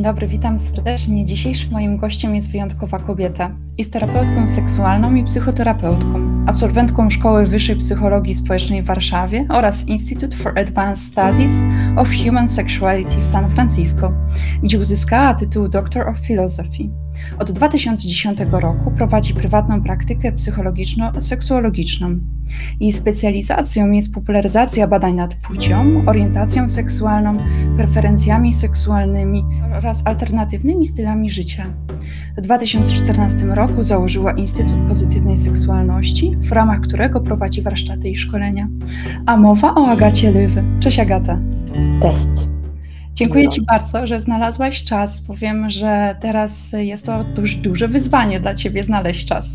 Dzień dobry, witam serdecznie. Dzisiejszym moim gościem jest wyjątkowa kobieta. Jest terapeutką seksualną i psychoterapeutką, absolwentką Szkoły Wyższej Psychologii Społecznej w Warszawie oraz Institute for Advanced Studies of Human Sexuality w San Francisco, gdzie uzyskała tytuł Doctor of Philosophy. Od 2010 roku prowadzi prywatną praktykę psychologiczno-seksuologiczną. Jej specjalizacją jest popularyzacja badań nad płcią, orientacją seksualną, preferencjami seksualnymi oraz alternatywnymi stylami życia. W 2014 roku założyła Instytut Pozytywnej Seksualności, w ramach którego prowadzi warsztaty i szkolenia. A mowa o Agacie Löwy. Cześć Agata. Cześć. Dziękuję Ci bardzo, że znalazłaś czas. Powiem, że teraz jest to dość duże wyzwanie dla Ciebie znaleźć czas.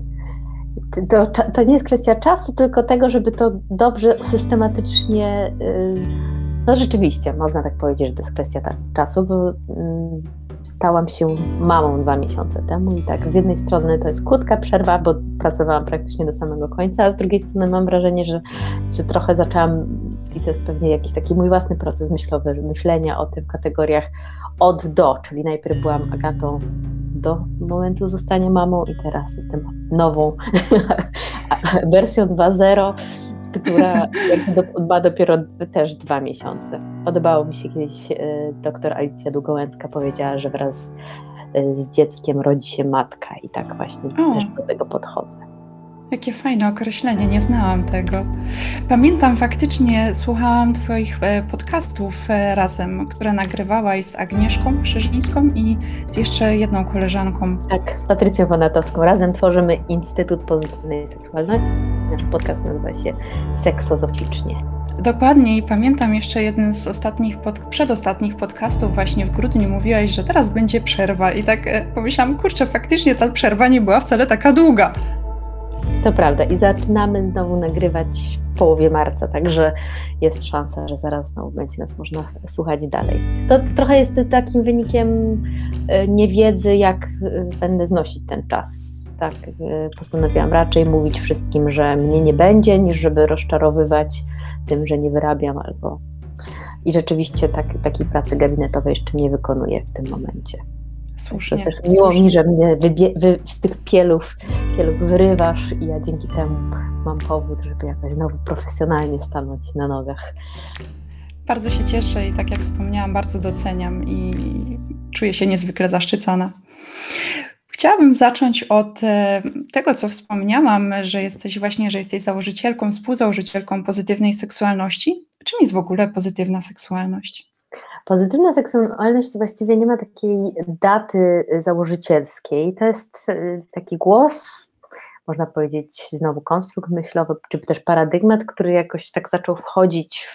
To nie jest kwestia czasu, tylko tego, żeby to dobrze, systematycznie, no rzeczywiście, można tak powiedzieć, że to jest kwestia czasu, bo stałam się mamą 2 miesiące temu i tak z jednej strony to jest krótka przerwa, bo pracowałam praktycznie do samego końca, a z drugiej strony mam wrażenie, że trochę zaczęłam, i to jest pewnie jakiś taki mój własny proces myślowy, myślenia o tym w kategoriach od do, czyli najpierw byłam Agatą do momentu zostania mamą i teraz jestem nową wersją 2.0, która ma dopiero też 2 miesiące. Podobało mi się kiedyś, doktor Alicja Długołęcka powiedziała, że wraz z dzieckiem rodzi się matka i tak właśnie też do tego podchodzę. Jakie fajne określenie, nie znałam tego. Pamiętam, faktycznie słuchałam Twoich podcastów razem, które nagrywałaś z Agnieszką Szerzyńską i z jeszcze jedną koleżanką. Tak, z Patrycją Wonatowską. Razem tworzymy Instytut Pozytywnej Seksualności. Nasz podcast nazywa się Seksozoficznie. Dokładnie i pamiętam jeszcze jeden z przedostatnich podcastów właśnie w grudniu mówiłaś, że teraz będzie przerwa i tak pomyślałam, kurczę, faktycznie ta przerwa nie była wcale taka długa. To prawda i zaczynamy znowu nagrywać w połowie marca, także jest szansa, że zaraz znowu będzie nas można słuchać dalej. To trochę jest takim wynikiem niewiedzy, jak będę znosić ten czas. Tak, postanowiłam raczej mówić wszystkim, że mnie nie będzie, niż żeby rozczarowywać tym, że nie wyrabiam i rzeczywiście takiej pracy gabinetowej jeszcze nie wykonuję w tym momencie. Słusznie. Też miło mi, że mnie z tych pielów wyrywasz i ja dzięki temu mam powód, żeby jakoś znowu profesjonalnie stanąć na nogach. Bardzo się cieszę i tak jak wspomniałam, bardzo doceniam i czuję się niezwykle zaszczycona. Chciałabym zacząć od tego, co wspomniałam, że jesteś założycielką, współzałożycielką pozytywnej seksualności. Czym jest w ogóle pozytywna seksualność? Pozytywna seksualność właściwie nie ma takiej daty założycielskiej. To jest taki głos, można powiedzieć znowu konstrukt myślowy, czy też paradygmat, który jakoś tak zaczął wchodzić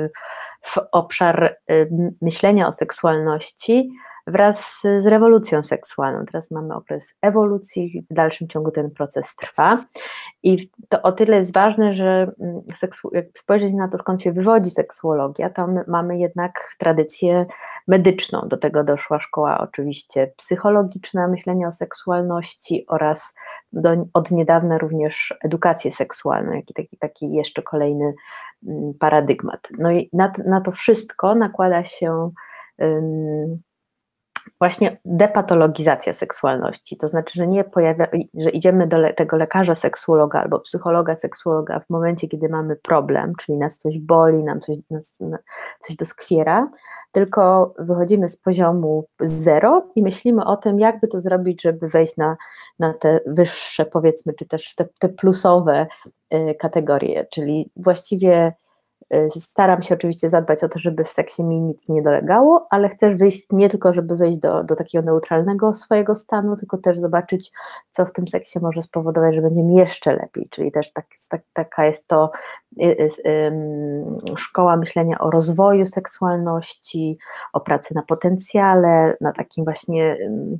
w obszar myślenia o seksualności wraz z rewolucją seksualną. Teraz mamy okres ewolucji, w dalszym ciągu ten proces trwa i to o tyle jest ważne, że jak spojrzeć na to, skąd się wywodzi seksuologia, to mamy jednak tradycję medyczną. Do tego doszła szkoła oczywiście psychologiczna, myślenia o seksualności oraz od niedawna również edukację seksualną, jak i taki jeszcze kolejny paradygmat. No i na to wszystko nakłada się właśnie depatologizacja seksualności, to znaczy, że idziemy do tego lekarza seksuologa albo psychologa seksuologa w momencie, kiedy mamy problem, czyli nas coś boli, coś doskwiera, tylko wychodzimy z poziomu 0 i myślimy o tym, jakby to zrobić, żeby wejść na te wyższe, powiedzmy, czy też te plusowe kategorie, czyli właściwie staram się oczywiście zadbać o to, żeby w seksie mi nic nie dolegało, ale chcę wyjść nie tylko, żeby wejść do takiego neutralnego swojego stanu, tylko też zobaczyć, co w tym seksie może spowodować, że będzie mi jeszcze lepiej, czyli też taka jest to szkoła myślenia o rozwoju seksualności, o pracy na potencjale, na takim właśnie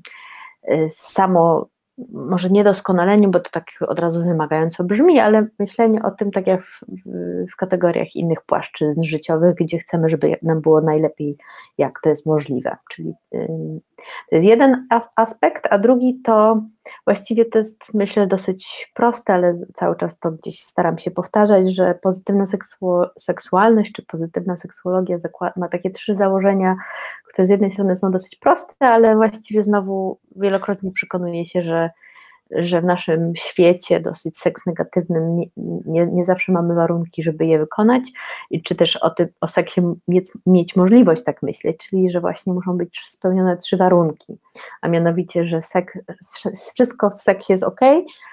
może niedoskonaleniu, bo to tak od razu wymagająco brzmi, ale myślenie o tym tak jak w kategoriach innych płaszczyzn życiowych, gdzie chcemy, żeby nam było najlepiej, jak to jest możliwe, czyli To jest jeden aspekt, a drugi to właściwie to jest, myślę, dosyć proste, ale cały czas to gdzieś staram się powtarzać, że pozytywna seksualność czy pozytywna seksuologia ma takie 3 założenia, które z jednej strony są dosyć proste, ale właściwie znowu wielokrotnie przekonuje się, że w naszym świecie dosyć seks negatywnym nie zawsze mamy warunki, żeby je wykonać, czy też o seksie mieć możliwość tak myśleć, czyli że właśnie muszą być spełnione 3 warunki, a mianowicie, że wszystko w seksie jest ok,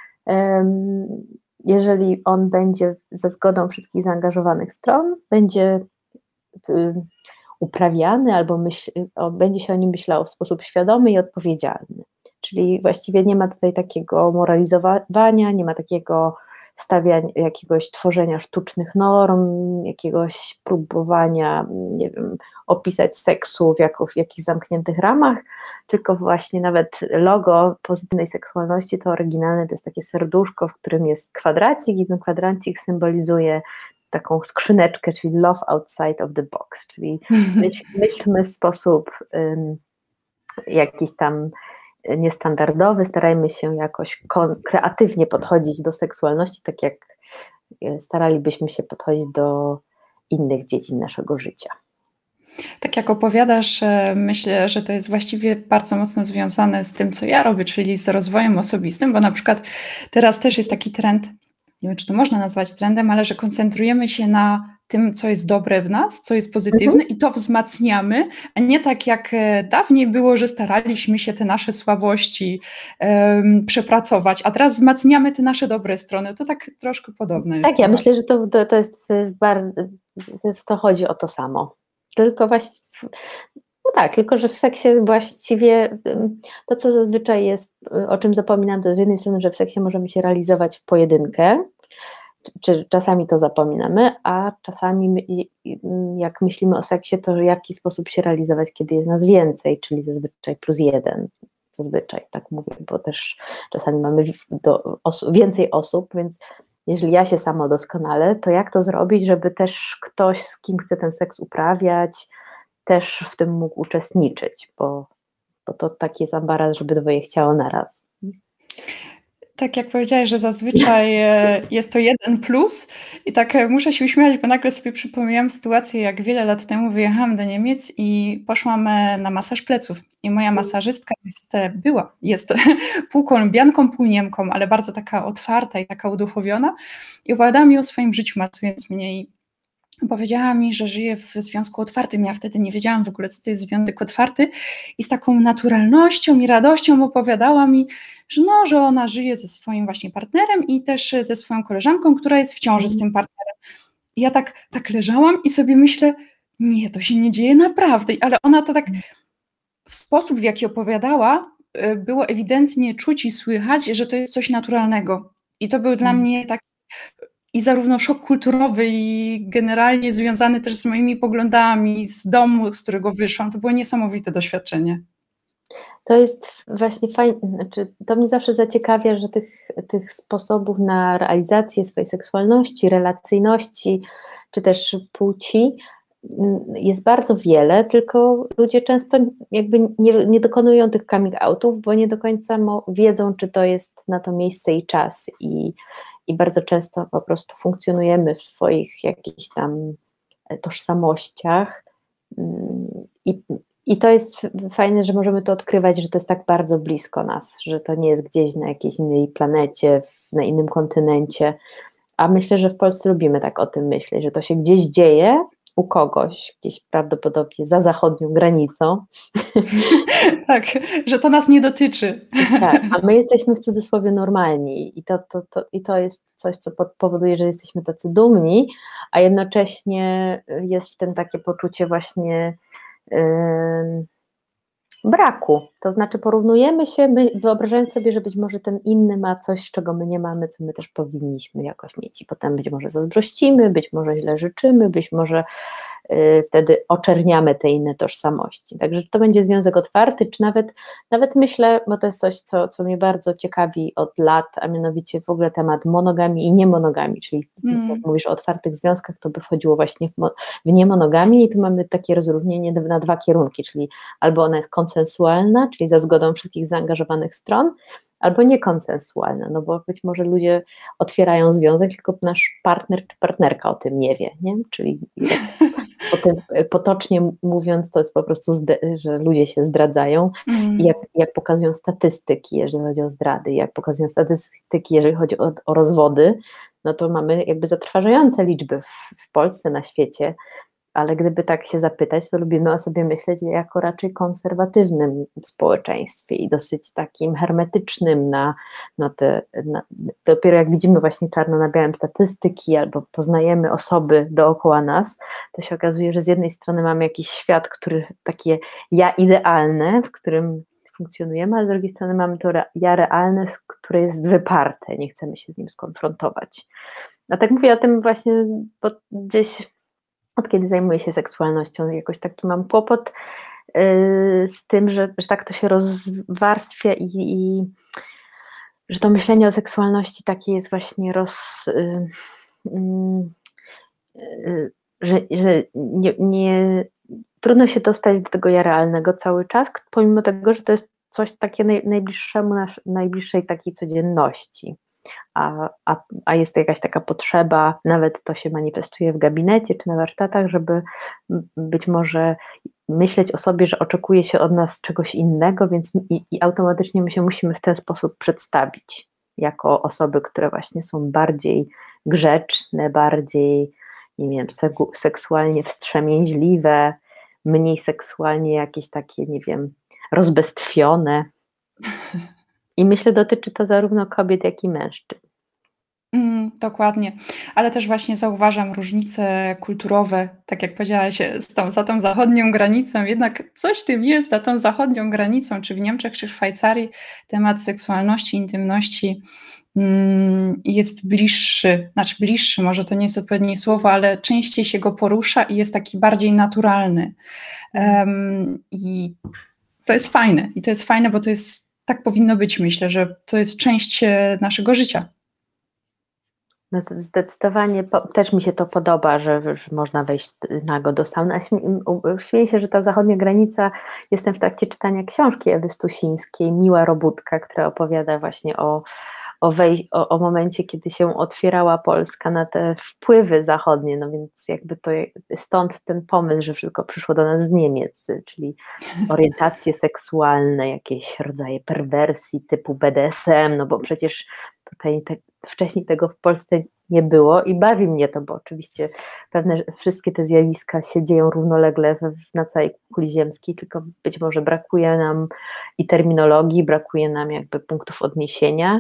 jeżeli on będzie za zgodą wszystkich zaangażowanych stron, będzie uprawiany albo będzie się o nim myślało w sposób świadomy i odpowiedzialny. Czyli właściwie nie ma tutaj takiego moralizowania, nie ma takiego jakiegoś tworzenia sztucznych norm, jakiegoś próbowania, nie wiem, opisać seksu w jakichś zamkniętych ramach, tylko właśnie nawet logo pozytywnej seksualności to oryginalne, to jest takie serduszko, w którym jest kwadracik i ten kwadracik symbolizuje taką skrzyneczkę, czyli love outside of the box, czyli myślmy w sposób jakiś tam niestandardowy, starajmy się jakoś kreatywnie podchodzić do seksualności, tak jak staralibyśmy się podchodzić do innych dziedzin naszego życia. Tak jak opowiadasz, myślę, że to jest właściwie bardzo mocno związane z tym, co ja robię, czyli z rozwojem osobistym, bo na przykład teraz też jest taki trend, nie wiem, czy to można nazwać trendem, ale że koncentrujemy się na tym, co jest dobre w nas, co jest pozytywne i to wzmacniamy, a nie tak jak dawniej było, że staraliśmy się te nasze słabości przepracować, a teraz wzmacniamy te nasze dobre strony. To tak troszkę podobne jest. Tak, ja myślę, że to jest to chodzi o to samo. Tylko właśnie, no tak, tylko że w seksie właściwie to, co zazwyczaj jest, o czym zapominam, to z jednej strony, że w seksie możemy się realizować w pojedynkę, czy czasami to zapominamy, a czasami jak myślimy o seksie, to w jaki sposób się realizować, kiedy jest nas więcej, czyli zazwyczaj +1, zazwyczaj tak mówię, bo też czasami mamy więcej osób, więc jeżeli ja się sama doskonalę, to jak to zrobić, żeby też ktoś, z kim chce ten seks uprawiać, też w tym mógł uczestniczyć, bo to taki jest ambaraz, żeby dwoje chciało naraz. Tak jak powiedziałeś, że zazwyczaj jest to 1+ i tak muszę się uśmiać, bo nagle sobie przypomniałam sytuację, jak wiele lat temu wyjechałam do Niemiec i poszłam na masaż pleców i moja masażystka jest pół Kolumbianką, pół Niemką, ale bardzo taka otwarta i taka uduchowiona i opowiadała mi o swoim życiu, macując mnie i powiedziała mi, że żyje w związku otwartym. Ja wtedy nie wiedziałam w ogóle, co to jest związek otwarty i z taką naturalnością i radością opowiadała mi, że ona żyje ze swoim właśnie partnerem i też ze swoją koleżanką, która jest w ciąży z tym partnerem. I ja tak leżałam i sobie myślę, nie, to się nie dzieje naprawdę, ale ona to tak w sposób, w jaki opowiadała, było ewidentnie czuć i słychać, że to jest coś naturalnego. I to był dla mnie taki i zarówno szok kulturowy i generalnie związany też z moimi poglądami, z domu, z którego wyszłam. To było niesamowite doświadczenie. To jest właśnie fajne, znaczy to mnie zawsze zaciekawia, że tych sposobów na realizację swojej seksualności, relacyjności, czy też płci jest bardzo wiele, tylko ludzie często jakby nie dokonują tych coming outów, bo nie do końca wiedzą, czy to jest na to miejsce i czas i bardzo często po prostu funkcjonujemy w swoich jakichś tam tożsamościach i to jest fajne, że możemy to odkrywać, że to jest tak bardzo blisko nas, że to nie jest gdzieś na jakiejś innej planecie, na innym kontynencie, a myślę, że w Polsce lubimy tak o tym myśleć, że to się gdzieś dzieje, u kogoś, gdzieś prawdopodobnie za zachodnią granicą. Tak, że to nas nie dotyczy. Tak, a my jesteśmy w cudzysłowie normalni i to jest coś, co powoduje, że jesteśmy tacy dumni, a jednocześnie jest w tym takie poczucie właśnie braku, to znaczy porównujemy się, my wyobrażając sobie, że być może ten inny ma coś, czego my nie mamy, co my też powinniśmy jakoś mieć i potem być może zazdrościmy, być może źle życzymy, być może wtedy oczerniamy te inne tożsamości. Także to będzie związek otwarty, czy nawet myślę, bo to jest coś, co mnie bardzo ciekawi od lat, a mianowicie w ogóle temat monogamii i niemonogamii, czyli jak mówisz o otwartych związkach, to by wchodziło właśnie w niemonogamii i tu mamy takie rozróżnienie na dwa kierunki, czyli albo ona jest konsensualna, czyli za zgodą wszystkich zaangażowanych stron, albo niekonsensualna, no bo być może ludzie otwierają związek, tylko nasz partner czy partnerka o tym nie wie, nie? Czyli potocznie mówiąc, to jest po prostu, że ludzie się zdradzają i jak pokazują statystyki, jeżeli chodzi o zdrady, jak pokazują statystyki, jeżeli chodzi o rozwody, no to mamy jakby zatrważające liczby w Polsce, na świecie, ale gdyby tak się zapytać, to lubimy o sobie myśleć jako raczej konserwatywnym społeczeństwie i dosyć takim hermetycznym dopiero jak widzimy właśnie czarno na białym statystyki albo poznajemy osoby dookoła nas, to się okazuje, że z jednej strony mamy jakiś świat, który takie ja idealne, w którym funkcjonujemy, a z drugiej strony mamy to ja realne, które jest wyparte, nie chcemy się z nim skonfrontować. A tak mówię o tym właśnie, bo gdzieś od kiedy zajmuję się seksualnością, jakoś taki mam kłopot z tym, że tak to się rozwarstwia i że to myślenie o seksualności takie jest właśnie że trudno się dostać do tego ja realnego cały czas, pomimo tego, że to jest coś takie najbliższej takiej codzienności. A jest jakaś taka potrzeba, nawet to się manifestuje w gabinecie czy na warsztatach, żeby być może myśleć o sobie, że oczekuje się od nas czegoś innego, więc i automatycznie my się musimy w ten sposób przedstawić, jako osoby, które właśnie są bardziej grzeczne, bardziej, nie wiem, seksualnie wstrzemięźliwe, mniej seksualnie jakieś takie, nie wiem, rozbestwione. I myślę, dotyczy to zarówno kobiet, jak i mężczyzn. Dokładnie, ale też właśnie zauważam różnice kulturowe, tak jak powiedziałaś, za tą zachodnią granicą, jednak coś w tym jest za tą zachodnią granicą, czy w Niemczech, czy w Szwajcarii, temat seksualności, intymności jest bliższy, może to nie jest odpowiednie słowo, ale częściej się go porusza i jest taki bardziej naturalny. I to jest fajne, bo tak powinno być, myślę, że to jest część naszego życia. No zdecydowanie też mi się to podoba, że można wejść nago do sauny. Śmieję się, że ta zachodnia granica, jestem w trakcie czytania książki Ewy Stusińskiej, Miła robótka, która opowiada właśnie o momencie, kiedy się otwierała Polska na te wpływy zachodnie, no więc jakby to stąd ten pomysł, że wszystko przyszło do nas z Niemiec, czyli orientacje seksualne, jakieś rodzaje perwersji typu BDSM, no bo przecież tutaj wcześniej tego w Polsce nie było i bawi mnie to, bo oczywiście wszystkie te zjawiska się dzieją równolegle na całej kuli ziemskiej, tylko być może brakuje nam i terminologii, brakuje nam jakby punktów odniesienia.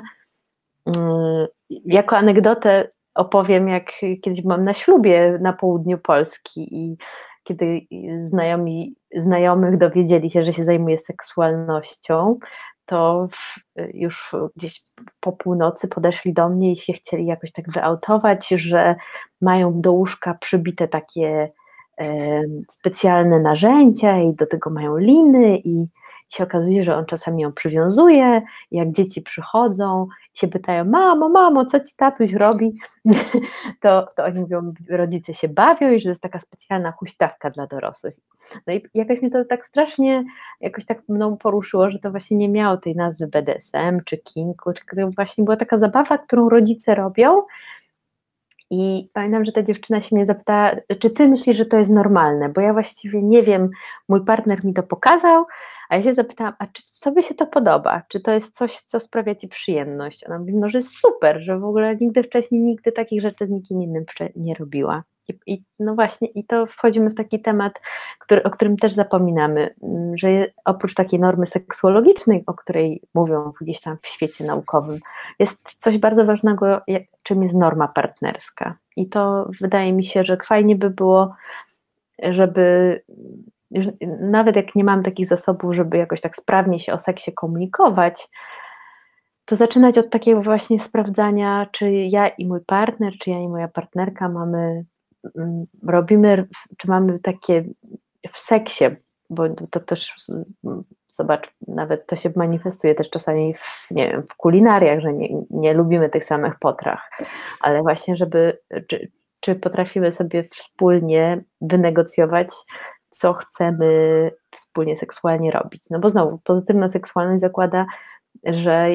Jako anegdotę opowiem, jak kiedyś byłam na ślubie na południu Polski i kiedy znajomych dowiedzieli się, że się zajmuję seksualnością, to już gdzieś po północy podeszli do mnie i się chcieli jakoś tak wyautować, że mają do łóżka przybite takie specjalne narzędzia i do tego mają liny i się okazuje, że on czasami ją przywiązuje, jak dzieci przychodzą i się pytają, mamo, co ci tatuś robi? To oni mówią, rodzice się bawią i że to jest taka specjalna huśtawka dla dorosłych. No i jakoś mnie to tak strasznie, jakoś tak mną poruszyło, że to właśnie nie miało tej nazwy BDSM czy kinku, tylko właśnie była taka zabawa, którą rodzice robią. I pamiętam, że ta dziewczyna się mnie zapytała, czy ty myślisz, że to jest normalne, bo ja właściwie nie wiem, mój partner mi to pokazał, a ja się zapytałam, a czy tobie się to podoba, czy to jest coś, co sprawia ci przyjemność? Ona mówi, no, że jest super, że w ogóle nigdy takich rzeczy z nikim innym nie robiła. I no właśnie, i to wchodzimy w taki temat, o którym też zapominamy, że oprócz takiej normy seksuologicznej, o której mówią gdzieś tam w świecie naukowym, jest coś bardzo ważnego, czym jest norma partnerska. I to wydaje mi się, że fajnie by było, żeby nawet jak nie mam takich zasobów, żeby jakoś tak sprawnie się o seksie komunikować, to zaczynać od takiego właśnie sprawdzania, czy ja i mój partner, czy ja i moja partnerka mamy robimy, czy mamy takie w seksie, bo to też, zobacz, nawet to się manifestuje też czasami nie wiem, w kulinariach, że nie lubimy tych samych potraw, ale właśnie, czy potrafimy sobie wspólnie wynegocjować, co chcemy wspólnie seksualnie robić. No bo znowu, pozytywna seksualność zakłada, że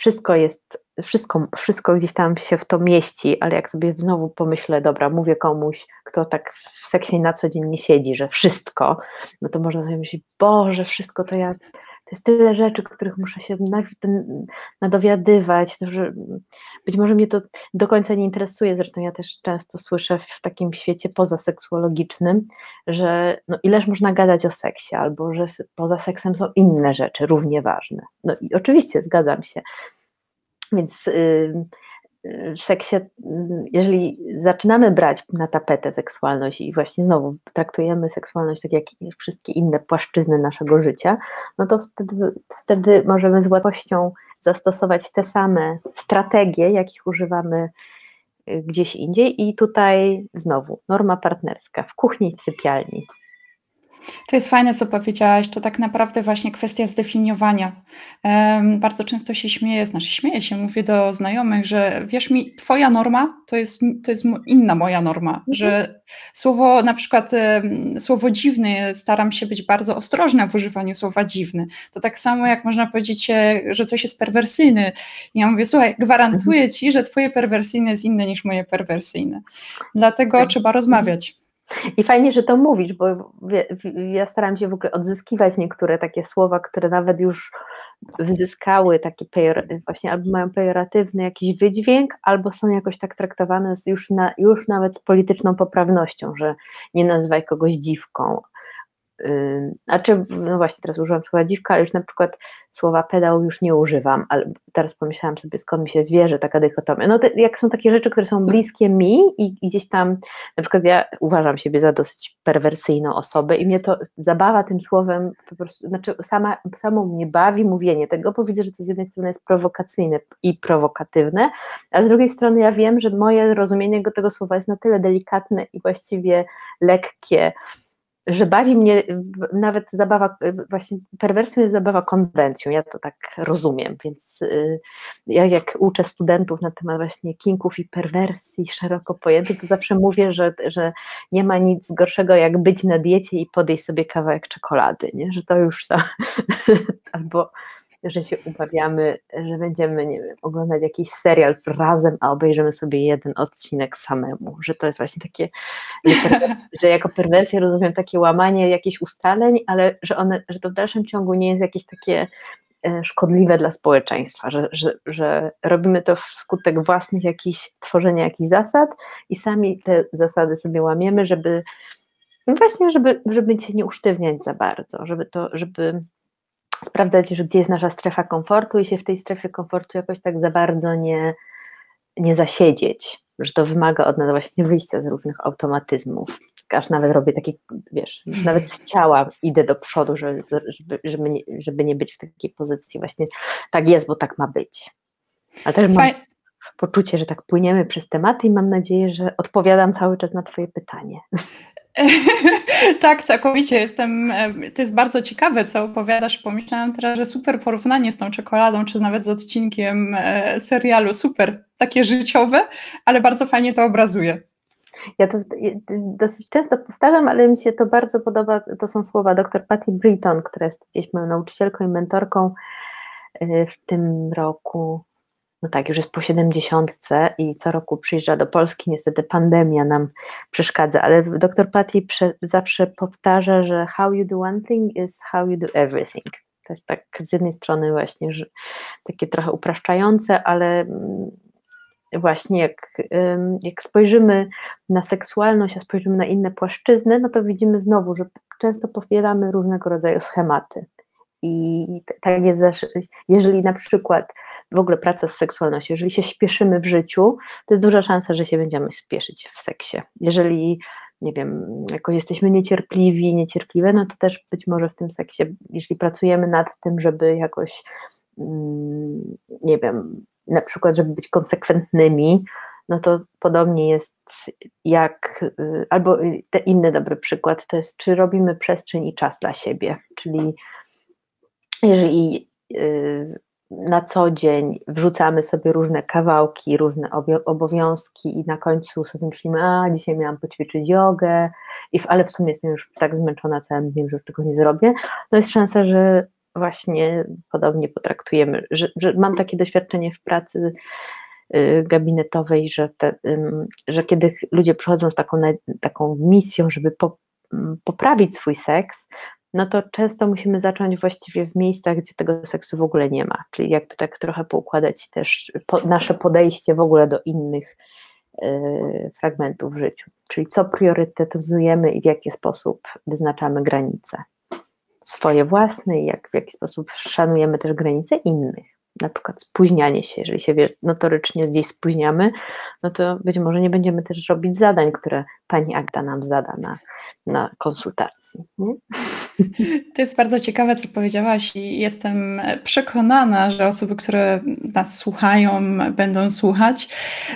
wszystko gdzieś tam się w to mieści, ale jak sobie znowu pomyślę, dobra, mówię komuś, kto tak w seksie na co dzień nie siedzi, że wszystko, no to można sobie myśleć, Boże, wszystko to jest tyle rzeczy, których muszę się nadowiadywać, że być może mnie to do końca nie interesuje, zresztą ja też często słyszę w takim świecie pozaseksuologicznym, że no ileż można gadać o seksie, albo że poza seksem są inne rzeczy równie ważne. No i oczywiście zgadzam się, więc w seksie, jeżeli zaczynamy brać na tapetę seksualność i właśnie znowu traktujemy seksualność tak jak wszystkie inne płaszczyzny naszego życia, no to wtedy możemy z łatwością zastosować te same strategie, jakich używamy gdzieś indziej i tutaj znowu norma partnerska w kuchni i w sypialni. To jest fajne, co powiedziałaś. To tak naprawdę właśnie kwestia zdefiniowania. Bardzo często się śmieję się, mówię do znajomych, że wierz mi, twoja norma to jest inna moja norma, że słowo na przykład, słowo dziwny, staram się być bardzo ostrożna w używaniu słowa dziwny. To tak samo jak można powiedzieć, że coś jest perwersyjny. Ja mówię, słuchaj, gwarantuję ci, że twoje perwersyjne jest inne niż moje perwersyjne. Dlatego trzeba rozmawiać. I fajnie, że to mówisz, bo ja staram się w ogóle odzyskiwać niektóre takie słowa, które nawet już wyzyskały taki właśnie albo mają pejoratywny jakiś wydźwięk, albo są jakoś tak traktowane już nawet z polityczną poprawnością, że nie nazywaj kogoś dziwką. No właśnie, teraz używam słowa dziwka, ale już na przykład słowa pedał już nie używam, ale teraz pomyślałam sobie, skąd mi się bierze taka dychotomia. No jak są takie rzeczy, które są bliskie mi i gdzieś tam, na przykład ja uważam siebie za dosyć perwersyjną osobę i mnie to zabawa tym słowem po prostu, znaczy samo mnie bawi mówienie tego, bo widzę, że to z jednej strony jest prowokacyjne i prowokatywne, a z drugiej strony ja wiem, że moje rozumienie tego słowa jest na tyle delikatne i właściwie lekkie, że bawi mnie nawet zabawa, właśnie perwersją jest zabawa konwencją, ja to tak rozumiem, więc ja jak uczę studentów na temat właśnie kinków i perwersji szeroko pojętych, to zawsze mówię, że nie ma nic gorszego jak być na diecie i podejść sobie kawałek czekolady, nie? Że to już to, albo że się umawiamy, że będziemy, nie wiem, oglądać jakiś serial razem, a obejrzymy sobie jeden odcinek samemu, że to jest właśnie takie, że jako perwersję rozumiem takie łamanie jakichś ustaleń, ale że to w dalszym ciągu nie jest jakieś takie szkodliwe dla społeczeństwa, że robimy to wskutek własnych tworzenia jakichś zasad i sami te zasady sobie łamiemy, żeby się nie usztywniać za bardzo, żeby sprawdzać, że gdzie jest nasza strefa komfortu i się w tej strefie komfortu jakoś tak za bardzo nie zasiedzieć, że to wymaga od nas właśnie wyjścia z różnych automatyzmów. Aż nawet robię takie, wiesz, już nawet z ciała idę do przodu, żeby nie być w takiej pozycji właśnie tak jest, bo tak ma być. Ale też mam poczucie, że tak płyniemy przez tematy i mam nadzieję, że odpowiadam cały czas na twoje pytanie. Tak, całkowicie to jest bardzo ciekawe, co opowiadasz. Pomyślałam teraz, że super porównanie z tą czekoladą, czy nawet z odcinkiem serialu, super, takie życiowe, ale bardzo fajnie to obrazuje. Ja to dosyć często powtarzam, ale mi się to bardzo podoba, to są słowa dr Patty Britton, która jest gdzieś moją nauczycielką i mentorką w tym roku. No tak, już jest po 70 i co roku przyjeżdża do Polski, niestety pandemia nam przeszkadza, ale dr Patty zawsze powtarza, że how you do one thing is how you do everything. To jest tak z jednej strony właśnie, że takie trochę upraszczające, ale właśnie jak spojrzymy na seksualność, a spojrzymy na inne płaszczyzny, no to widzimy znowu, że często powielamy różnego rodzaju schematy. I tak jest, jeżeli na przykład w ogóle praca z seksualnością, jeżeli się śpieszymy w życiu, to jest duża szansa, że się będziemy spieszyć w seksie. Jeżeli, nie wiem, jakoś jesteśmy niecierpliwi, niecierpliwe, no to też być może w tym seksie, jeśli pracujemy nad tym, żeby jakoś, nie wiem, na przykład, żeby być konsekwentnymi, no to podobnie jest jak, albo inny dobry przykład, to jest, czy robimy przestrzeń i czas dla siebie, czyli jeżeli na co dzień wrzucamy sobie różne kawałki, różne obowiązki i na końcu sobie myślimy, dzisiaj miałam poćwiczyć jogę, ale w sumie jestem już tak zmęczona całym dniem, że już tego nie zrobię, to jest szansa, że właśnie podobnie potraktujemy, że mam takie doświadczenie w pracy gabinetowej, że kiedy ludzie przychodzą z taką misją, żeby poprawić swój seks, no to często musimy zacząć właściwie w miejscach, gdzie tego seksu w ogóle nie ma, czyli jakby tak trochę poukładać też nasze podejście w ogóle do innych fragmentów w życiu, czyli co priorytetyzujemy i w jaki sposób wyznaczamy granice swoje własne i w jaki sposób szanujemy też granice innych. Na przykład spóźnianie się, jeżeli się notorycznie gdzieś spóźniamy, no to być może nie będziemy też robić zadań, które pani Agata nam zada na konsultacji. Nie? To jest bardzo ciekawe, co powiedziałaś i jestem przekonana, że osoby, które nas słuchają, będą słuchać,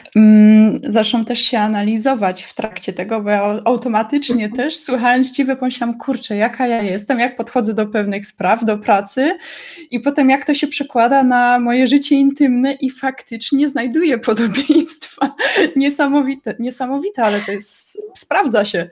zaczną też się analizować w trakcie tego, bo ja automatycznie też słuchając Ciebie pomyślałam, kurczę, jaka ja jestem, jak podchodzę do pewnych spraw, do pracy i potem jak to się przekłada na moje życie intymne i faktycznie znajduję podobieństwa. Niesamowite, ale to jest, sprawdza się.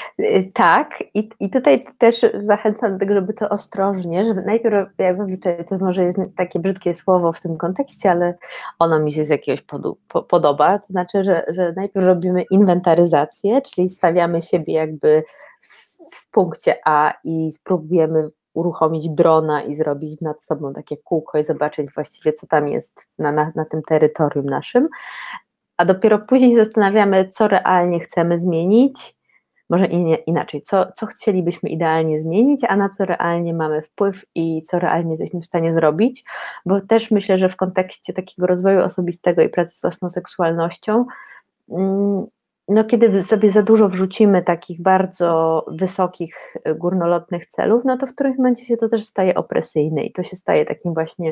Tak, i tutaj też zachęcam do tego, żeby to ostrożnie, żeby najpierw, jak zazwyczaj, to może jest takie brzydkie słowo w tym kontekście, ale ono mi się z jakiegoś podoba, to znaczy, że najpierw robimy inwentaryzację, czyli stawiamy siebie jakby w punkcie A i spróbujemy uruchomić drona i zrobić nad sobą takie kółko i zobaczyć właściwie, co tam jest na tym terytorium naszym, a dopiero później zastanawiamy, co realnie chcemy zmienić, może inaczej, co chcielibyśmy idealnie zmienić, a na co realnie mamy wpływ i co realnie jesteśmy w stanie zrobić, bo też myślę, że w kontekście takiego rozwoju osobistego i pracy z własną seksualnością, no kiedy sobie za dużo wrzucimy takich bardzo wysokich, górnolotnych celów, no to w którymś momencie się to też staje opresyjne i to się staje takim właśnie,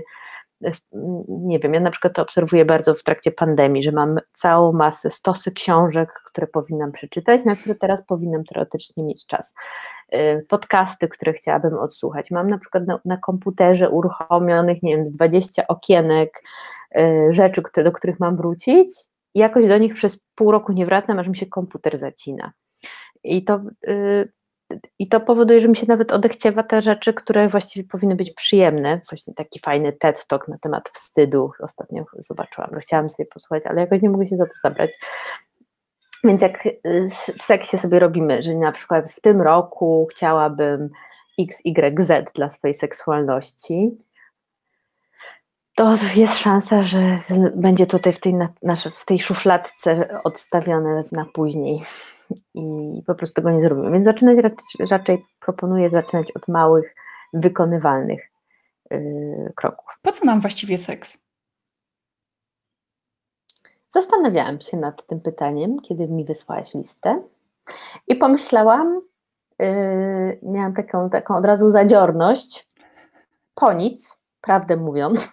nie wiem, ja na przykład to obserwuję bardzo w trakcie pandemii, że mam całą masę, stosy książek, które powinnam przeczytać, na które teraz powinnam teoretycznie mieć czas. Podcasty, które chciałabym odsłuchać. Mam na przykład na komputerze uruchomionych, nie wiem, z 20 okienek, rzeczy, do których mam wrócić i jakoś do nich przez pół roku nie wracam, aż mi się komputer zacina. I to powoduje, że mi się nawet odechciewa te rzeczy, które właściwie powinny być przyjemne. Właśnie taki fajny TED Talk na temat wstydu ostatnio zobaczyłam, że chciałam sobie posłuchać, ale jakoś nie mogę się za to zabrać. Więc jak w seksie sobie robimy, że na przykład w tym roku chciałabym XYZ dla swojej seksualności, to jest szansa, że będzie tutaj w tej szufladce odstawione na później i po prostu tego nie zrobimy. Więc raczej proponuję zaczynać od małych, wykonywalnych kroków. Po co nam właściwie seks? Zastanawiałam się nad tym pytaniem, kiedy mi wysłałaś listę i pomyślałam, miałam taką od razu zadziorność, po nic, prawdę mówiąc.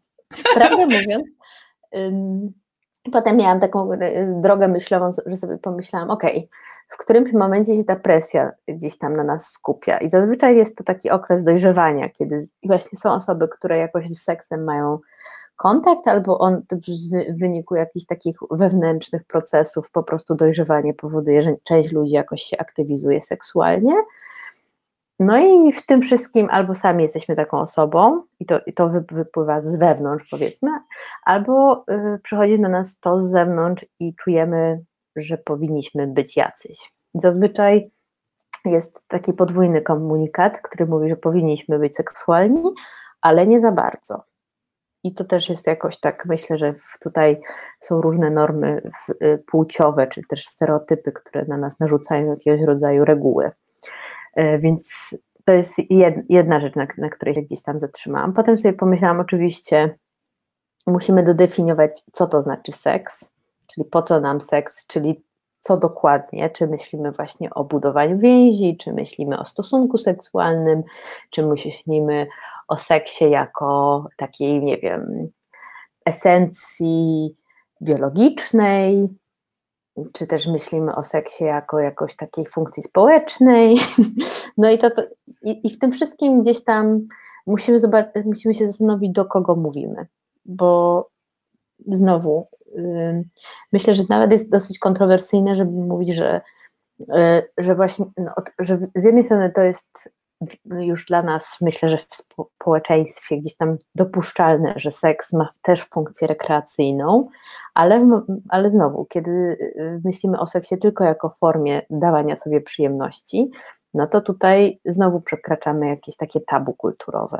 Potem miałam taką drogę myślową, że sobie pomyślałam, w którymś momencie się ta presja gdzieś tam na nas skupia i zazwyczaj jest to taki okres dojrzewania, kiedy właśnie są osoby, które jakoś z seksem mają kontakt, albo on w wyniku jakichś takich wewnętrznych procesów po prostu dojrzewanie powoduje, że część ludzi jakoś się aktywizuje seksualnie. No i w tym wszystkim albo sami jesteśmy taką osobą i to wypływa z wewnątrz, powiedzmy, albo przychodzi do nas to z zewnątrz i czujemy, że powinniśmy być jacyś. Zazwyczaj jest taki podwójny komunikat, który mówi, że powinniśmy być seksualni, ale nie za bardzo. I to też jest jakoś tak, myślę, że tutaj są różne normy płciowe, czy też stereotypy, które na nas narzucają jakiegoś rodzaju reguły. Więc to jest jedna rzecz, na której się gdzieś tam zatrzymałam. Potem sobie pomyślałam, oczywiście musimy dodefiniować, co to znaczy seks, czyli po co nam seks, czyli co dokładnie, czy myślimy właśnie o budowaniu więzi, czy myślimy o stosunku seksualnym, czy myślimy o seksie jako takiej, nie wiem, esencji biologicznej, czy też myślimy o seksie jako jakoś takiej funkcji społecznej. No i w tym wszystkim gdzieś tam musimy się zastanowić, do kogo mówimy, bo znowu myślę, że nawet jest dosyć kontrowersyjne, żeby mówić, że właśnie, że z jednej strony to jest już dla nas, myślę, że w społeczeństwie gdzieś tam dopuszczalne, że seks ma też funkcję rekreacyjną, ale znowu, kiedy myślimy o seksie tylko jako formie dawania sobie przyjemności, no to tutaj znowu przekraczamy jakieś takie tabu kulturowe,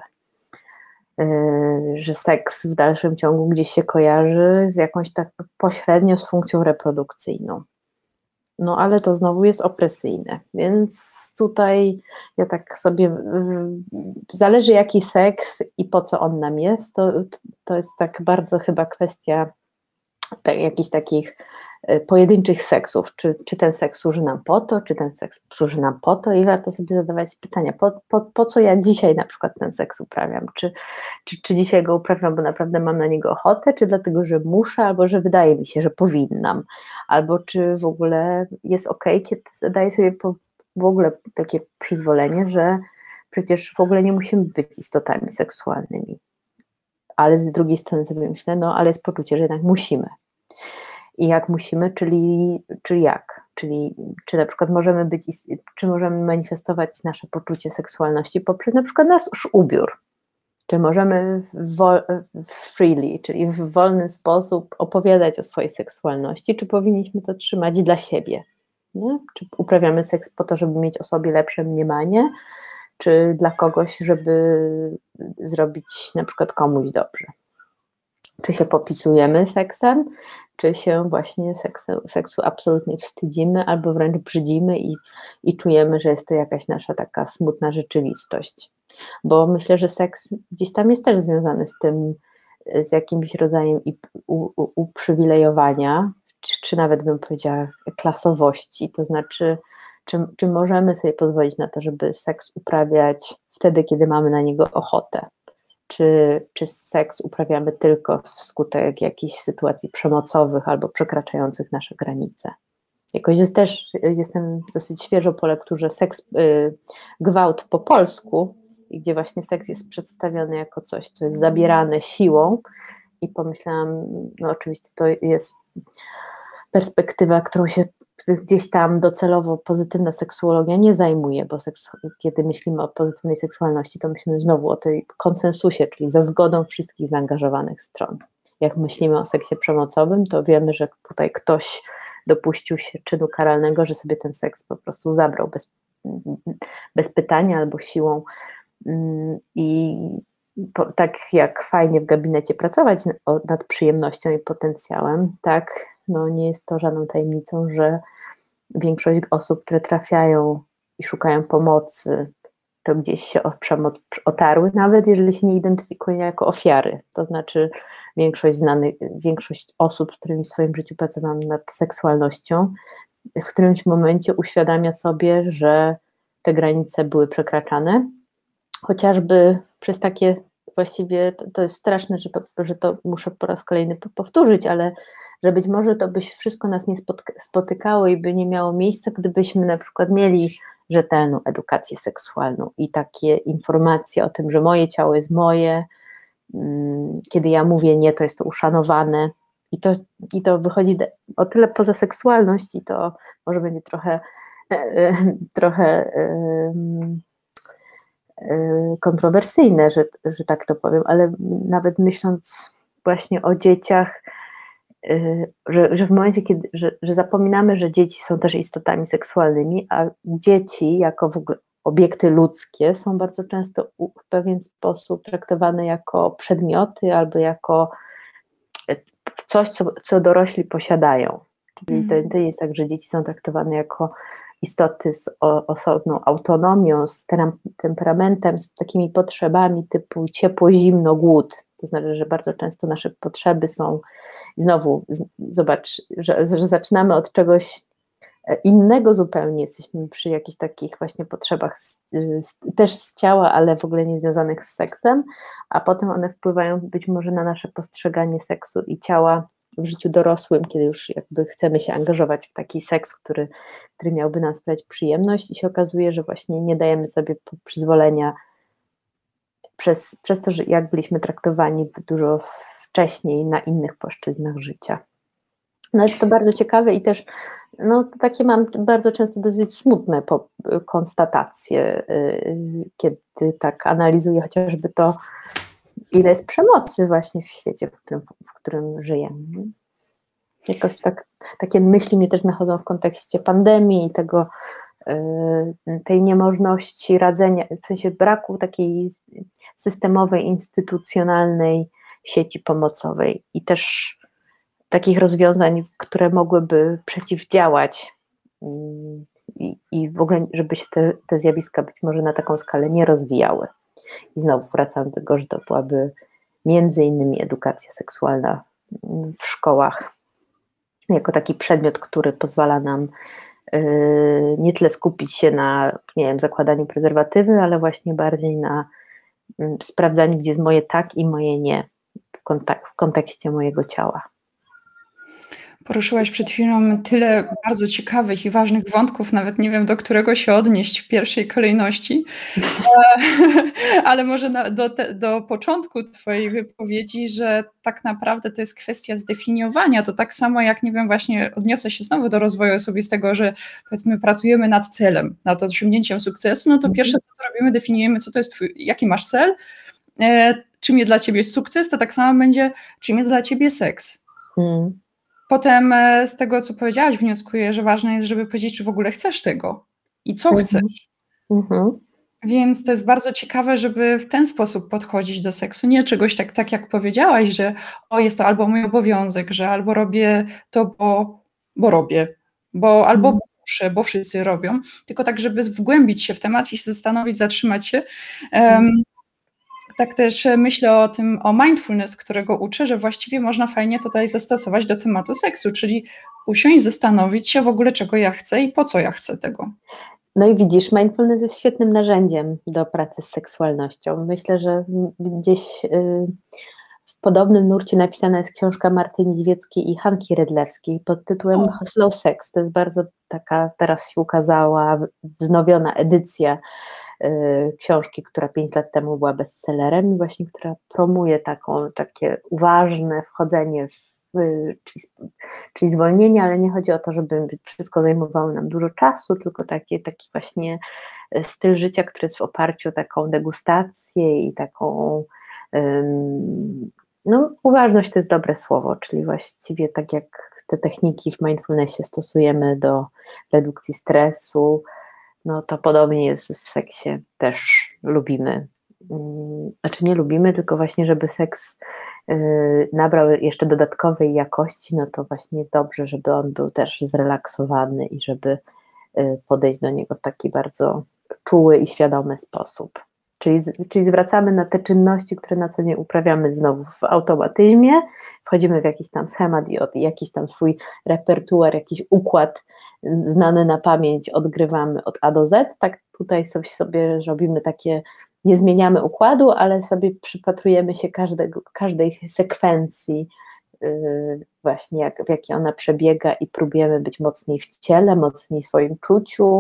że seks w dalszym ciągu gdzieś się kojarzy z jakąś tak pośrednio z funkcją reprodukcyjną. No ale to znowu jest opresyjne, więc tutaj ja tak sobie, zależy jaki seks i po co on nam jest, to jest tak bardzo chyba kwestia jakichś takich pojedynczych seksów, czy ten seks służy nam po to, czy ten seks służy nam po to i warto sobie zadawać pytania, po co ja dzisiaj na przykład ten seks uprawiam, czy dzisiaj go uprawiam, bo naprawdę mam na niego ochotę, czy dlatego, że muszę, albo że wydaje mi się, że powinnam, albo czy w ogóle jest okej, kiedy daję sobie w ogóle takie przyzwolenie, że przecież w ogóle nie musimy być istotami seksualnymi, ale z drugiej strony sobie myślę, no ale jest poczucie, że jednak musimy. I jak musimy, czyli jak? Czyli czy na przykład czy możemy manifestować nasze poczucie seksualności poprzez na przykład nasz ubiór? Czy możemy freely, czyli w wolny sposób opowiadać o swojej seksualności, czy powinniśmy to trzymać dla siebie? Nie? Czy uprawiamy seks po to, żeby mieć o sobie lepsze mniemanie, czy dla kogoś, żeby zrobić na przykład komuś dobrze? Czy się popisujemy seksem, czy się właśnie seksu absolutnie wstydzimy, albo wręcz brzydzimy i czujemy, że jest to jakaś nasza taka smutna rzeczywistość. Bo myślę, że seks gdzieś tam jest też związany z tym, z jakimś rodzajem uprzywilejowania, czy nawet bym powiedziała klasowości, to znaczy czy możemy sobie pozwolić na to, żeby seks uprawiać wtedy, kiedy mamy na niego ochotę. Czy seks uprawiamy tylko wskutek jakichś sytuacji przemocowych albo przekraczających nasze granice. Jakoś jestem dosyć świeżo po lekturze Gwałt po polsku, gdzie właśnie seks jest przedstawiony jako coś, co jest zabierane siłą i pomyślałam, no oczywiście to jest perspektywa, którą się gdzieś tam docelowo pozytywna seksuologia nie zajmuje, bo kiedy myślimy o pozytywnej seksualności, to myślimy znowu o tej konsensusie, czyli za zgodą wszystkich zaangażowanych stron. Jak myślimy o seksie przemocowym, to wiemy, że tutaj ktoś dopuścił się czynu karalnego, że sobie ten seks po prostu zabrał bez pytania albo siłą. I tak jak fajnie w gabinecie pracować nad przyjemnością i potencjałem, tak no nie jest to żadną tajemnicą, że większość osób, które trafiają i szukają pomocy, to gdzieś się o przemoc otarły, nawet jeżeli się nie identyfikują jako ofiary. To znaczy większość osób, z którymi w swoim życiu pracowałam nad seksualnością, w którymś momencie uświadamia sobie, że te granice były przekraczane, chociażby przez takie właściwie, to jest straszne, że to muszę po raz kolejny powtórzyć, ale że być może to by wszystko nas nie spotykało i by nie miało miejsca, gdybyśmy na przykład mieli rzetelną edukację seksualną i takie informacje o tym, że moje ciało jest moje, kiedy ja mówię nie, to jest to uszanowane i to wychodzi o tyle poza seksualność i to może będzie trochę kontrowersyjne, że tak to powiem, ale nawet myśląc właśnie o dzieciach, że w momencie, że zapominamy, że dzieci są też istotami seksualnymi, a dzieci jako w ogóle obiekty ludzkie są bardzo często w pewien sposób traktowane jako przedmioty albo jako coś, co dorośli posiadają. Czyli to nie jest tak, że dzieci są traktowane jako istoty z osobną autonomią, z temperamentem, z takimi potrzebami typu ciepło, zimno, głód. To znaczy, że bardzo często nasze potrzeby są, znowu zobacz, że zaczynamy od czegoś innego zupełnie, jesteśmy przy jakichś takich właśnie potrzebach też z ciała, ale w ogóle nie związanych z seksem, a potem one wpływają być może na nasze postrzeganie seksu i ciała w życiu dorosłym, kiedy już jakby chcemy się angażować w taki seks, który miałby nam sprawiać przyjemność i się okazuje, że właśnie nie dajemy sobie przyzwolenia przez to, że jak byliśmy traktowani dużo wcześniej na innych płaszczyznach życia. No jest to bardzo ciekawe i też takie mam bardzo często dosyć smutne konstatacje, kiedy tak analizuję chociażby to, ile jest przemocy właśnie w świecie, w którym żyjemy. Jakoś takie myśli mnie też nachodzą w kontekście pandemii i tej niemożności radzenia, w sensie braku takiej systemowej, instytucjonalnej sieci pomocowej i też takich rozwiązań, które mogłyby przeciwdziałać i w ogóle, żeby się te zjawiska być może na taką skalę nie rozwijały. I znowu wracam do tego, że to byłaby między innymi edukacja seksualna w szkołach, jako taki przedmiot, który pozwala nam nie tyle skupić się na, nie wiem, zakładaniu prezerwatywy, ale właśnie bardziej na sprawdzaniu, gdzie jest moje tak i moje nie w kontekście mojego ciała. Poruszyłaś przed chwilą tyle bardzo ciekawych i ważnych wątków, nawet nie wiem, do którego się odnieść w pierwszej kolejności, ale może do początku twojej wypowiedzi, że tak naprawdę to jest kwestia zdefiniowania, to tak samo jak, nie wiem, właśnie odniosę się znowu do rozwoju osobistego, że powiedzmy pracujemy nad celem, nad osiągnięciem sukcesu, no to pierwsze co robimy, definiujemy, co to jest jaki masz cel, czym jest dla ciebie sukces, to tak samo będzie, czym jest dla ciebie seks. Potem z tego, co powiedziałaś, wnioskuję, że ważne jest, żeby powiedzieć, czy w ogóle chcesz tego i co chcesz. Więc to jest bardzo ciekawe, żeby w ten sposób podchodzić do seksu. Nie czegoś tak jak powiedziałaś, że jest to albo mój obowiązek, że albo robię to, bo robię, albo muszę, bo wszyscy robią, tylko tak, żeby wgłębić się w temat i się zastanowić, zatrzymać się. Tak też myślę o mindfulness, którego uczę, że właściwie można fajnie tutaj zastosować do tematu seksu, czyli usiąść, zastanowić się w ogóle, czego ja chcę i po co ja chcę tego. No i widzisz, mindfulness jest świetnym narzędziem do pracy z seksualnością. Myślę, że gdzieś w podobnym nurcie napisana jest książka Marty Niedźwieckiej i Hanki Rydlewskiej pod tytułem Slow Sex. To jest bardzo taka, teraz się ukazała wznowiona edycja książki, która 5 lat temu była bestsellerem i właśnie która promuje takie uważne wchodzenie czyli zwolnienie, ale nie chodzi o to, żeby wszystko zajmowało nam dużo czasu, tylko taki właśnie styl życia, który jest w oparciu o taką degustację i taką uważność to jest dobre słowo, czyli właściwie tak jak te techniki w mindfulnessie stosujemy do redukcji stresu, no to podobnie jest w seksie, też lubimy, znaczy nie lubimy, tylko właśnie żeby seks nabrał jeszcze dodatkowej jakości, no to właśnie dobrze, żeby on był też zrelaksowany i żeby podejść do niego w taki bardzo czuły i świadomy sposób. Czyli zwracamy na te czynności, które na co dzień uprawiamy znowu w automatyzmie, wchodzimy w jakiś tam schemat i jakiś tam swój repertuar, jakiś układ znany na pamięć odgrywamy od A do Z, tak tutaj sobie robimy takie, nie zmieniamy układu, ale sobie przypatrujemy się każdej sekwencji, właśnie w jakiej ona przebiega i próbujemy być mocniej w ciele, mocniej w swoim czuciu,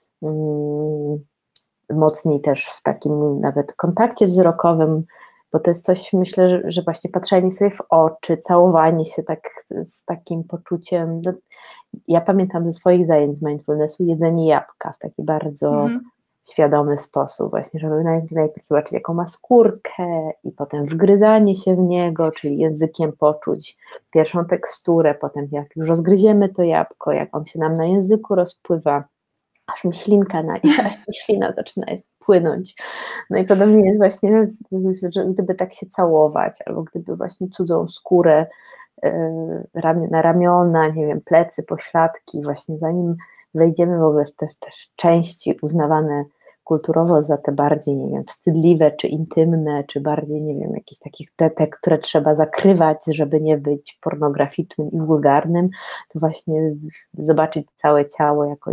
mocniej też w takim nawet kontakcie wzrokowym, bo to jest coś, myślę, że właśnie patrzenie sobie w oczy, całowanie się tak z takim poczuciem, ja pamiętam ze swoich zajęć z mindfulnessu jedzenie jabłka w taki bardzo świadomy sposób, właśnie, żeby najpierw zobaczyć, jaką ma skórkę i potem wgryzanie się w niego, czyli językiem poczuć pierwszą teksturę, potem jak już rozgryziemy to jabłko, jak on się nam na języku rozpływa, aż mi ślina zaczyna płynąć. No i podobnie jest właśnie, że gdyby tak się całować, albo gdyby właśnie cudzą skórę na ramiona, nie wiem, plecy, pośladki, właśnie zanim wejdziemy w ogóle w te części uznawane kulturowo za te bardziej, nie wiem, wstydliwe, czy intymne, czy bardziej, nie wiem, jakieś takich te, które trzeba zakrywać, żeby nie być pornograficznym i wulgarnym, to właśnie zobaczyć całe ciało jako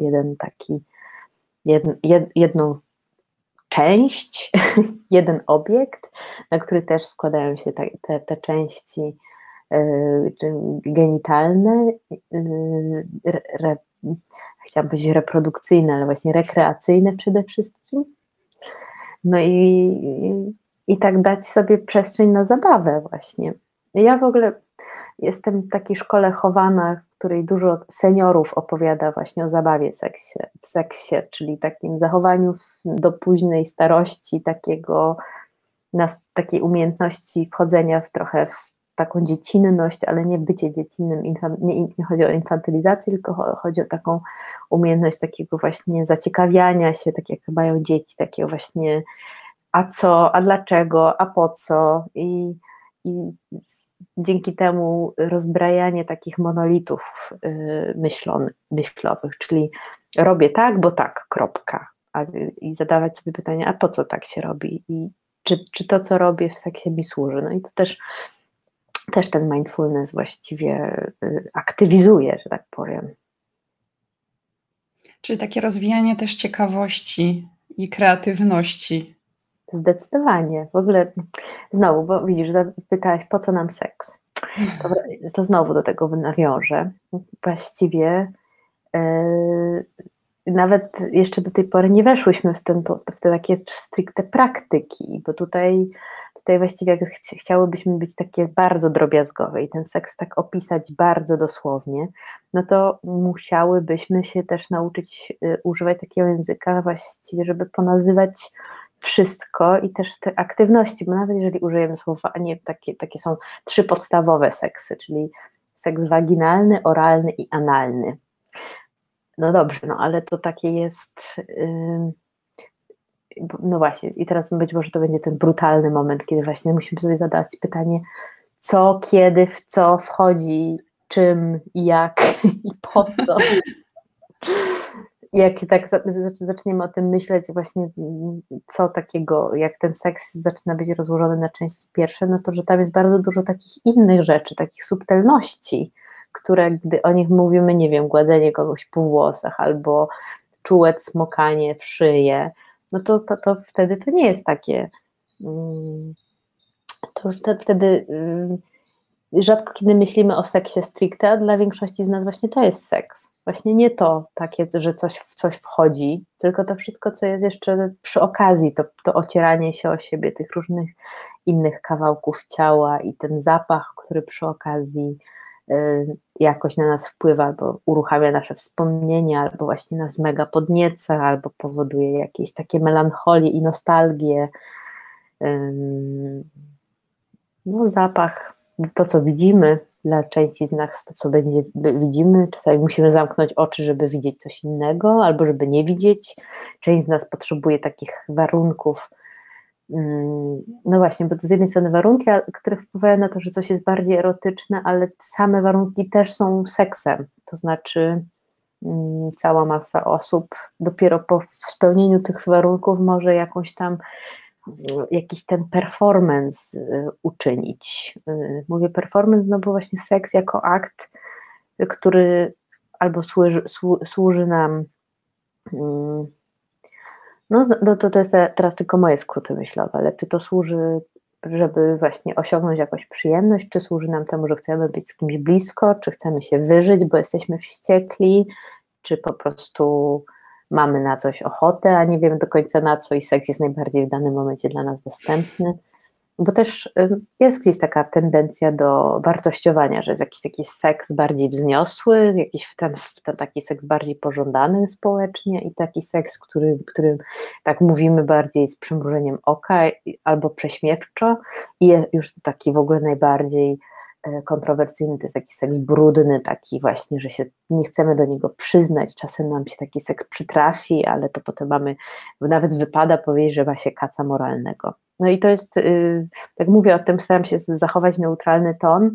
jedną część, jeden obiekt, na który też składają się te części czy genitalne, chciałam powiedzieć reprodukcyjne, ale właśnie rekreacyjne przede wszystkim. No i tak dać sobie przestrzeń na zabawę właśnie. Ja w ogóle jestem w takiej szkole chowana, w której dużo seniorów opowiada właśnie o zabawie w seksie, czyli takim zachowaniu do późnej starości, takiej umiejętności wchodzenia trochę w taką dziecinność, ale nie bycie dziecinnym, nie chodzi o infantylizację, tylko chodzi o taką umiejętność takiego właśnie zaciekawiania się, tak jak mają dzieci, takiego właśnie a co, a dlaczego, a po co i dzięki temu rozbrajanie takich monolitów myślowych, czyli robię tak, bo tak, kropka. I zadawać sobie pytanie, a po co tak się robi i czy to, co robię w seksie mi służy. No i to też ten mindfulness właściwie aktywizuje, że tak powiem. Czyli takie rozwijanie też ciekawości i kreatywności. Zdecydowanie. W ogóle znowu, bo widzisz, zapytałaś, po co nam seks? To znowu do tego nawiążę. Właściwie nawet jeszcze do tej pory nie weszłyśmy w te takie stricte praktyki, bo tutaj właściwie jak chciałybyśmy być takie bardzo drobiazgowe i ten seks tak opisać bardzo dosłownie, no to musiałybyśmy się też nauczyć używać takiego języka właściwie, żeby ponazywać wszystko i też te aktywności, bo nawet jeżeli użyjemy słowa, a nie takie są 3 podstawowe seksy, czyli seks waginalny, oralny i analny. No dobrze, no ale to takie jest, no właśnie, i teraz być może to będzie ten brutalny moment, kiedy właśnie musimy sobie zadać pytanie, co, kiedy, w co wchodzi, czym, jak i po co. Jak tak zaczniemy o tym myśleć właśnie, co takiego, jak ten seks zaczyna być rozłożony na części pierwsze, no to, że tam jest bardzo dużo takich innych rzeczy, takich subtelności, które gdy o nich mówimy, nie wiem, gładzenie kogoś po włosach albo czułe smokanie w szyję, no to wtedy to nie jest takie, to już wtedy rzadko kiedy myślimy o seksie stricte, a dla większości z nas właśnie to jest seks. Właśnie nie to takie, że coś w coś wchodzi, tylko to wszystko, co jest jeszcze przy okazji, to ocieranie się o siebie, tych różnych innych kawałków ciała i ten zapach, który przy okazji jakoś na nas wpływa, albo uruchamia nasze wspomnienia, albo właśnie nas mega podnieca, albo powoduje jakieś takie melancholię i nostalgię. No zapach, to co widzimy, dla części z nas to co widzimy, czasami musimy zamknąć oczy, żeby widzieć coś innego, albo żeby nie widzieć. Część z nas potrzebuje takich warunków, no właśnie, bo to z jednej strony warunki, które wpływają na to, że coś jest bardziej erotyczne, ale same warunki też są seksem, to znaczy cała masa osób dopiero po spełnieniu tych warunków może jakiś ten performance uczynić. Mówię performance, no bo właśnie seks jako akt, który albo służy nam, no to jest teraz tylko moje skróty myślowe, ale czy to służy, żeby właśnie osiągnąć jakąś przyjemność, czy służy nam temu, że chcemy być z kimś blisko, czy chcemy się wyżyć, bo jesteśmy wściekli, czy po prostu mamy na coś ochotę, a nie wiemy do końca na co i seks jest najbardziej w danym momencie dla nas dostępny. Bo też jest gdzieś taka tendencja do wartościowania, że jest jakiś taki seks bardziej wzniosły, jakiś ten taki seks bardziej pożądany społecznie i taki seks, który tak mówimy bardziej z przymrużeniem oka albo prześmiewczo i jest już taki w ogóle najbardziej kontrowersyjny, to jest taki seks brudny, taki właśnie, że się nie chcemy do niego przyznać, czasem nam się taki seks przytrafi, ale to potem nawet wypada powiedzieć, że ma się kaca moralnego. No i to jest, tak mówię o tym, staram się zachować neutralny ton,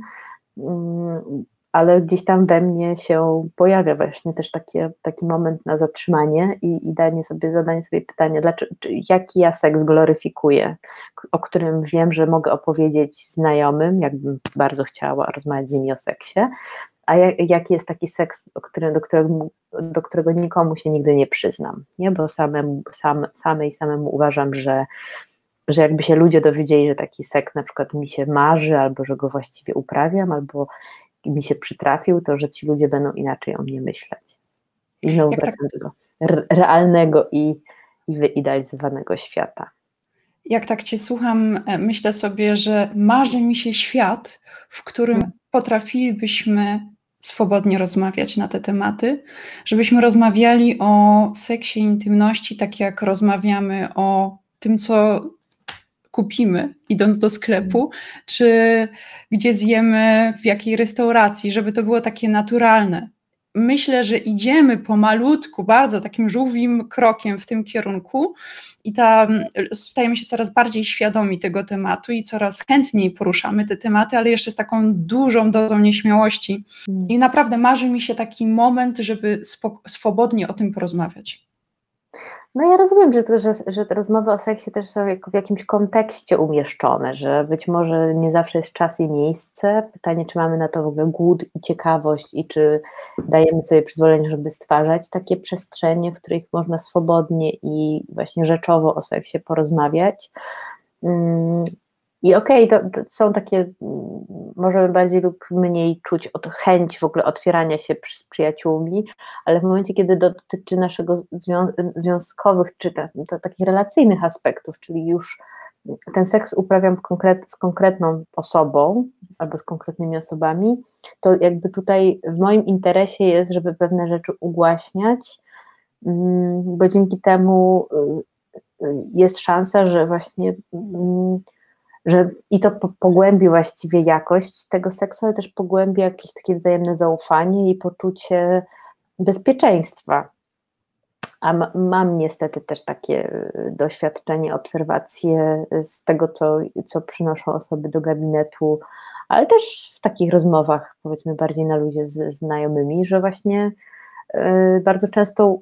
ale gdzieś tam we mnie się pojawia właśnie też taki moment na zatrzymanie i zadanie sobie pytania, jaki ja seks gloryfikuję, o którym wiem, że mogę opowiedzieć znajomym, jakbym bardzo chciała rozmawiać z nimi o seksie, a jaki jest taki seks, do którego nikomu się nigdy nie przyznam, nie? Bo samemu uważam, że jakby się ludzie dowiedzieli, że taki seks na przykład mi się marzy, albo że go właściwie uprawiam, albo mi się przytrafił, to że ci ludzie będą inaczej o mnie myśleć. I znowu Jak tak, wracam do tego realnego i wyidealizowanego świata. jak tak Cię słucham, myślę sobie, że marzy mi się świat, w którym potrafilibyśmy swobodnie rozmawiać na te tematy, żebyśmy rozmawiali o seksie i intymności, tak jak rozmawiamy o tym, co kupimy, idąc do sklepu, czy gdzie zjemy, w jakiej restauracji, żeby to było takie naturalne. Myślę, że idziemy pomalutku, bardzo takim żółwim krokiem w tym kierunku i stajemy się coraz bardziej świadomi tego tematu i coraz chętniej poruszamy te tematy, ale jeszcze z taką dużą dozą nieśmiałości. I naprawdę marzy mi się taki moment, żeby swobodnie o tym porozmawiać. No ja rozumiem, że te rozmowy o seksie też są w jakimś kontekście umieszczone, że być może nie zawsze jest czas i miejsce. Pytanie, czy mamy na to w ogóle głód i ciekawość i czy dajemy sobie przyzwolenie, żeby stwarzać takie przestrzenie, w których można swobodnie i właśnie rzeczowo o seksie porozmawiać. I okej, to są takie, możemy bardziej lub mniej czuć chęć w ogóle otwierania się z przyjaciółmi, ale w momencie, kiedy dotyczy naszego związkowych, czy takich relacyjnych aspektów, czyli już ten seks uprawiam z konkretną osobą albo z konkretnymi osobami, to jakby tutaj w moim interesie jest, żeby pewne rzeczy ugłaśniać, bo dzięki temu jest szansa, że właśnie że i to pogłębi właściwie jakość tego seksu, ale też pogłębi jakieś takie wzajemne zaufanie i poczucie bezpieczeństwa. A mam niestety też takie doświadczenie, obserwacje z tego, co przynoszą osoby do gabinetu, ale też w takich rozmowach, powiedzmy bardziej na luzie z znajomymi, że właśnie bardzo często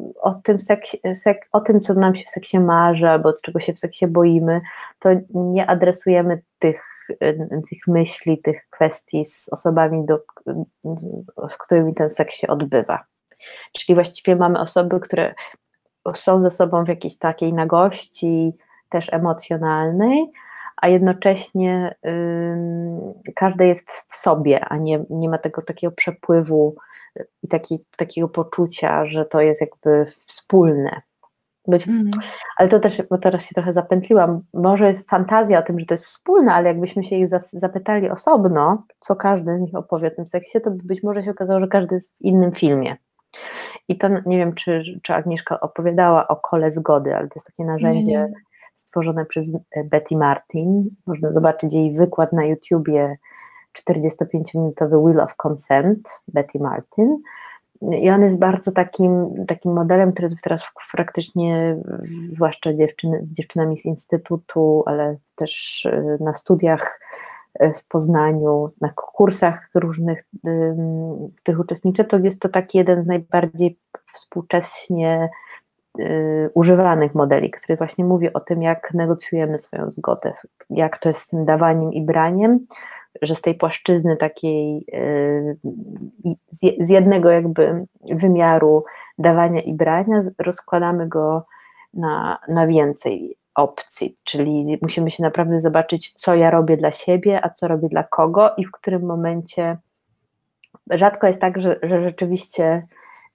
o tym, co nam się w seksie marzy, albo czego się w seksie boimy, to nie adresujemy tych myśli, tych kwestii z osobami, z którymi ten seks się odbywa. Czyli właściwie mamy osoby, które są ze sobą w jakiejś takiej nagości, też emocjonalnej, a jednocześnie każdy jest w sobie, a nie ma tego takiego przepływu i takiego poczucia, że to jest jakby wspólne. Ale to też, bo teraz się trochę zapętliłam, może jest fantazja o tym, że to jest wspólne, ale jakbyśmy się ich zapytali osobno, co każdy z nich opowie o tym seksie, to być może się okazało, że każdy jest w innym filmie. I to nie wiem, czy Agnieszka opowiadała o kole zgody, ale to jest takie narzędzie stworzone przez Betty Martin. Można zobaczyć jej wykład na YouTubie, 45-minutowy Wheel of Consent, Betty Martin. I on jest bardzo takim modelem, który teraz praktycznie, zwłaszcza z dziewczynami z instytutu, ale też na studiach w Poznaniu, na kursach różnych, w których uczestniczę, to jest to taki jeden z najbardziej współcześnie używanych modeli, który właśnie mówi o tym, jak negocjujemy swoją zgodę, jak to jest z tym dawaniem i braniem, że z tej płaszczyzny takiej z jednego jakby wymiaru dawania i brania rozkładamy go na więcej opcji, czyli musimy się naprawdę zobaczyć, co ja robię dla siebie, a co robię dla kogo i w którym momencie. Rzadko jest tak, że rzeczywiście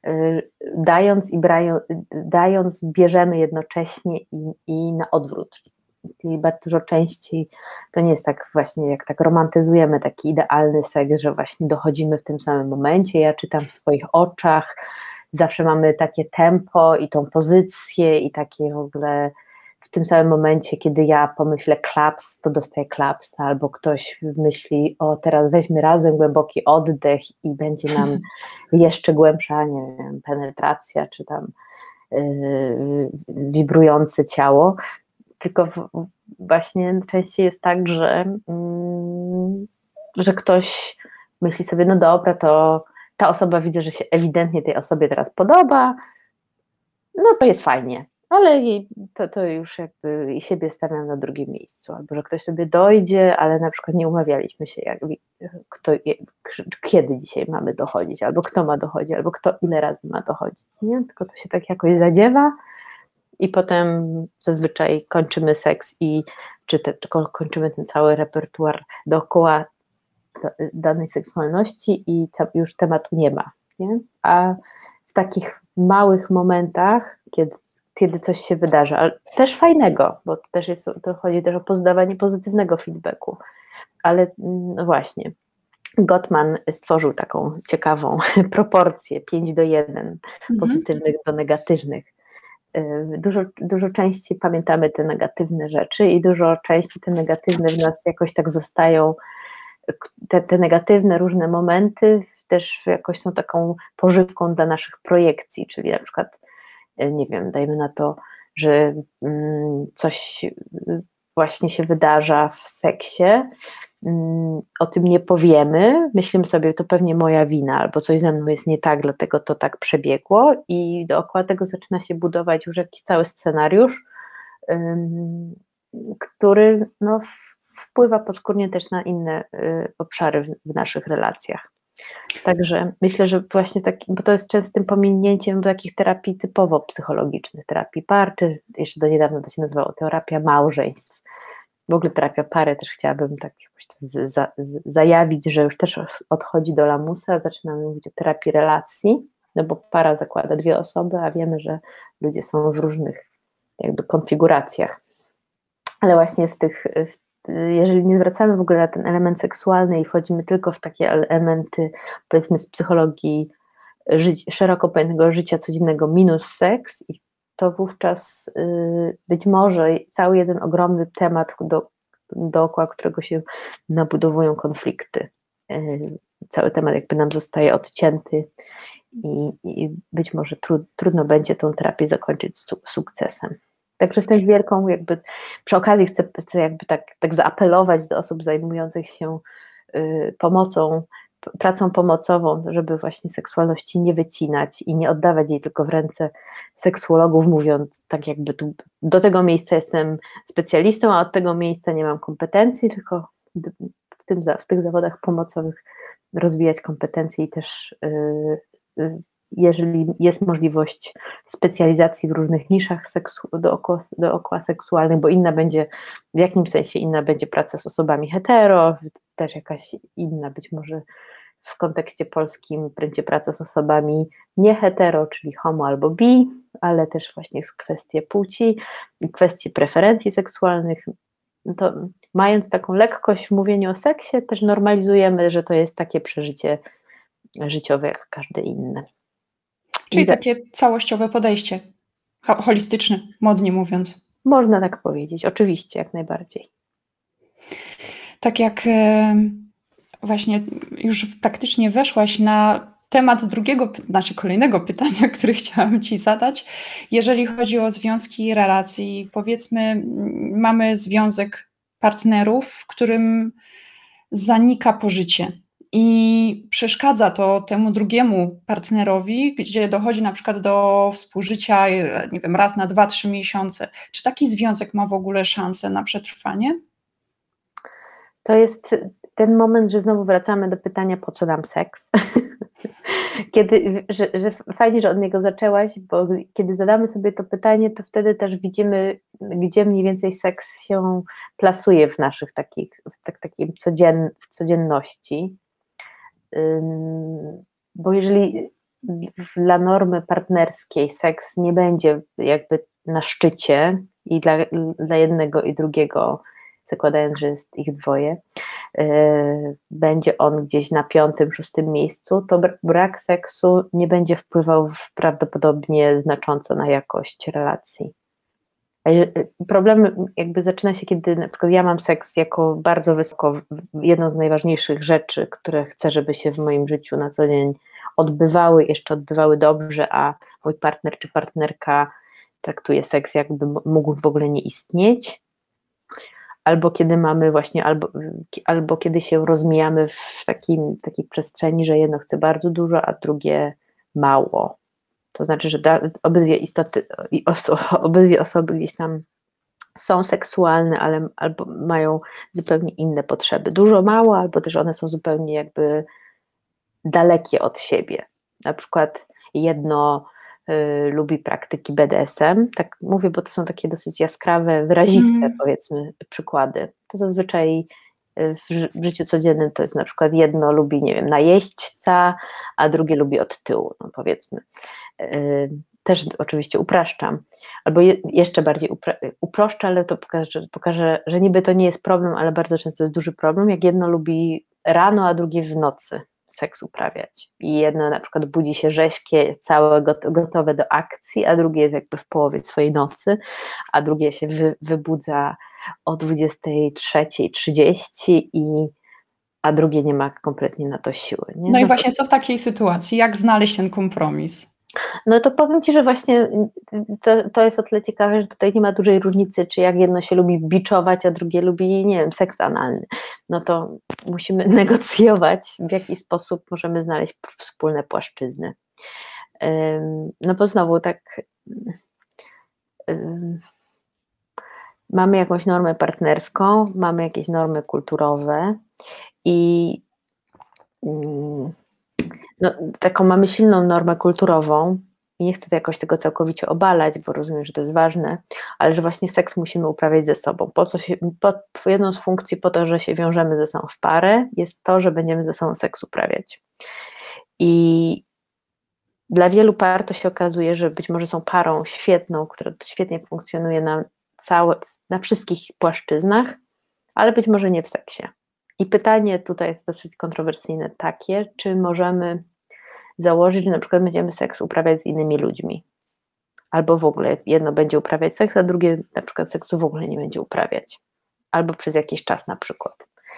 dając, bierzemy jednocześnie i na odwrót. Czyli bardzo dużo częściej to nie jest tak właśnie, jak tak romantyzujemy taki idealny seks, że właśnie dochodzimy w tym samym momencie, ja czytam w swoich oczach, zawsze mamy takie tempo i tą pozycję i takie w ogóle w tym samym momencie, kiedy ja pomyślę klaps, to dostaję klaps, albo ktoś myśli, o teraz weźmy razem głęboki oddech i będzie nam jeszcze głębsza, nie wiem, penetracja, czy tam wibrujące ciało, tylko właśnie częściej jest tak, że ktoś myśli sobie, no dobra, to ta osoba, widzę, że się ewidentnie tej osobie teraz podoba, no to jest fajnie, ale to już jakby siebie stawiam na drugim miejscu, albo że ktoś sobie dojdzie, ale na przykład nie umawialiśmy się, kiedy dzisiaj mamy dochodzić, albo kto ma dochodzić, albo kto ile razy ma dochodzić, nie? Tylko to się tak jakoś zadziewa i potem zazwyczaj kończymy seks czy kończymy ten cały repertuar dookoła danej seksualności i już tematu nie ma. Nie? A w takich małych momentach, kiedy coś się wydarza, ale też fajnego, bo to chodzi też o podawanie pozytywnego feedbacku, ale no właśnie, Gottman stworzył taką ciekawą proporcję 5:1 pozytywnych do negatywnych. Dużo częściej pamiętamy te negatywne rzeczy i dużo częściej te negatywne w nas jakoś tak zostają, te negatywne różne momenty też jakoś są taką pożywką dla naszych projekcji, czyli na przykład, nie wiem, dajmy na to, że coś właśnie się wydarza w seksie, o tym nie powiemy, myślimy sobie, to pewnie moja wina, albo coś ze mną jest nie tak, dlatego to tak przebiegło i dookoła tego zaczyna się budować już jakiś cały scenariusz, który no, wpływa podskórnie też na inne obszary w naszych relacjach. Także myślę, że właśnie bo to jest częstym pominięciem takich terapii typowo psychologicznych, terapii par, czy jeszcze do niedawna to się nazywało terapia małżeństw. W ogóle terapia pary też chciałabym tak jakoś zajawić, że już też odchodzi do lamusa, zaczynamy mówić o terapii relacji, no bo para zakłada 2 osoby, a wiemy, że ludzie są w różnych jakby konfiguracjach. Ale właśnie jeżeli nie zwracamy w ogóle na ten element seksualny i wchodzimy tylko w takie elementy, powiedzmy z psychologii szeroko pojętego życia codziennego minus seks, to wówczas być może cały jeden ogromny temat, dookoła którego się nabudowują konflikty. Cały temat jakby nam zostaje odcięty i być może trudno będzie tą terapię zakończyć sukcesem. Także z tą wielką jakby, przy okazji chcę jakby tak zaapelować do osób zajmujących się pracą pomocową, żeby właśnie seksualności nie wycinać i nie oddawać jej tylko w ręce seksuologów, mówiąc tak jakby do tego miejsca jestem specjalistą, a od tego miejsca nie mam kompetencji, tylko w tych zawodach pomocowych rozwijać kompetencje i też jeżeli jest możliwość specjalizacji w różnych niszach dookoła seksualnych, bo w jakimś sensie inna będzie praca z osobami hetero, też jakaś inna być może w kontekście polskim będzie praca z osobami nie hetero, czyli homo albo bi, ale też właśnie kwestie płci i kwestie preferencji seksualnych. To mając taką lekkość w mówieniu o seksie, też normalizujemy, że to jest takie przeżycie życiowe jak każde inne. Czyli takie całościowe podejście, holistyczne, modnie mówiąc. Można tak powiedzieć, oczywiście, jak najbardziej. Tak jak właśnie już praktycznie weszłaś na temat kolejnego pytania, które chciałam Ci zadać. Jeżeli chodzi o związki i relacje, powiedzmy, mamy związek partnerów, w którym zanika pożycie. I przeszkadza to temu drugiemu partnerowi, gdzie dochodzi na przykład do współżycia, nie wiem, raz na 2-3 miesiące. Czy taki związek ma w ogóle szansę na przetrwanie? To jest ten moment, że znowu wracamy do pytania, po co nam seks? Że fajnie, że od niego zaczęłaś, bo kiedy zadamy sobie to pytanie, to wtedy też widzimy, gdzie mniej więcej seks się plasuje w naszych takiej codzienności. Bo jeżeli dla normy partnerskiej seks nie będzie jakby na szczycie i dla jednego i drugiego, zakładając, że jest ich 2, będzie on gdzieś na 5., 6. miejscu, to brak seksu nie będzie wpływał prawdopodobnie znacząco na jakość relacji. Problem jakby zaczyna się, kiedy na przykład ja mam seks jako bardzo wysoko, jedną z najważniejszych rzeczy, które chcę, żeby się w moim życiu na co dzień jeszcze odbywały dobrze, a mój partner czy partnerka traktuje seks, jakby mógł w ogóle nie istnieć. Albo kiedy mamy właśnie, albo kiedy się rozmijamy w takiej przestrzeni, że jedno chce bardzo dużo, a drugie mało. To znaczy, że obydwie osoby gdzieś tam są seksualne, ale albo mają zupełnie inne potrzeby. Dużo, mało, albo też one są zupełnie jakby dalekie od siebie. Na przykład jedno lubi praktyki BDSM. Tak mówię, bo to są takie dosyć jaskrawe, wyraziste, powiedzmy, przykłady. To zazwyczaj w życiu codziennym to jest na przykład jedno lubi, nie wiem, najeźdźca, a drugie lubi od tyłu, no powiedzmy. Też oczywiście upraszczam, albo jeszcze bardziej uproszczę, ale to pokażę, że niby to nie jest problem, ale bardzo często jest duży problem, jak jedno lubi rano, a drugie w nocy seks uprawiać. I jedno na przykład budzi się rześkie, całe gotowe do akcji, a drugie jest jakby w połowie swojej nocy, a drugie się wybudza o 23:30 a drugie nie ma kompletnie na to siły. Nie? No i właśnie co w takiej sytuacji? Jak znaleźć ten kompromis? No to powiem Ci, że właśnie to jest o tyle ciekawe, że tutaj nie ma dużej różnicy, czy jak jedno się lubi biczować, a drugie lubi, nie wiem, seks analny. No to musimy negocjować, w jaki sposób możemy znaleźć wspólne płaszczyzny. No bo znowu tak mamy jakąś normę partnerską, mamy jakieś normy kulturowe i no, taką mamy silną normę kulturową i nie chcę jakoś tego całkowicie obalać, bo rozumiem, że to jest ważne, ale że właśnie seks musimy uprawiać ze sobą. Jedną z funkcji po to, że się wiążemy ze sobą w parę, jest to, że będziemy ze sobą seks uprawiać. I dla wielu par to się okazuje, że być może są parą świetną, która świetnie funkcjonuje na wszystkich płaszczyznach, ale być może nie w seksie. I pytanie tutaj jest dosyć kontrowersyjne takie, czy możemy założyć, że na przykład będziemy seks uprawiać z innymi ludźmi, albo w ogóle jedno będzie uprawiać seks, a drugie na przykład seksu w ogóle nie będzie uprawiać, albo przez jakiś czas na przykład.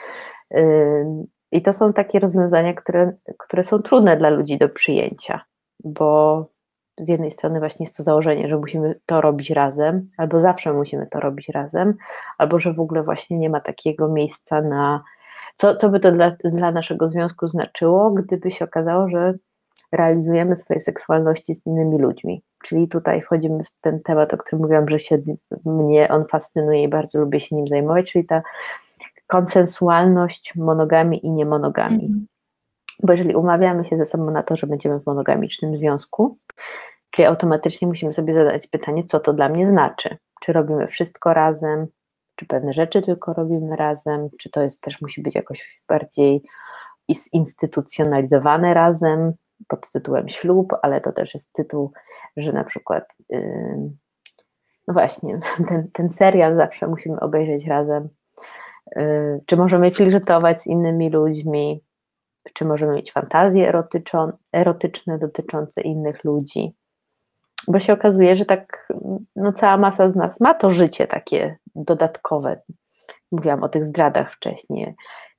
I to są takie rozwiązania, które są trudne dla ludzi do przyjęcia, bo z jednej strony właśnie jest to założenie, że musimy to robić razem, albo zawsze musimy to robić razem, albo że w ogóle właśnie nie ma takiego miejsca na... Co by to dla naszego związku znaczyło, gdyby się okazało, że realizujemy swoje seksualności z innymi ludźmi. Czyli tutaj wchodzimy w ten temat, o którym mówiłam, że mnie on fascynuje i bardzo lubię się nim zajmować, czyli ta konsensualność monogami i niemonogami. Bo jeżeli umawiamy się ze sobą na to, że będziemy w monogamicznym związku, czyli automatycznie musimy sobie zadać pytanie, co to dla mnie znaczy. Czy robimy wszystko razem, czy pewne rzeczy tylko robimy razem, czy to jest też musi być jakoś bardziej zinstytucjonalizowane razem, pod tytułem ślub, ale to też jest tytuł, że na przykład no właśnie, ten serial zawsze musimy obejrzeć razem. Czy możemy flirtować z innymi ludźmi, czy możemy mieć fantazje erotyczne dotyczące innych ludzi, bo się okazuje, że tak no, cała masa z nas ma to życie takie dodatkowe. Mówiłam o tych zdradach wcześniej.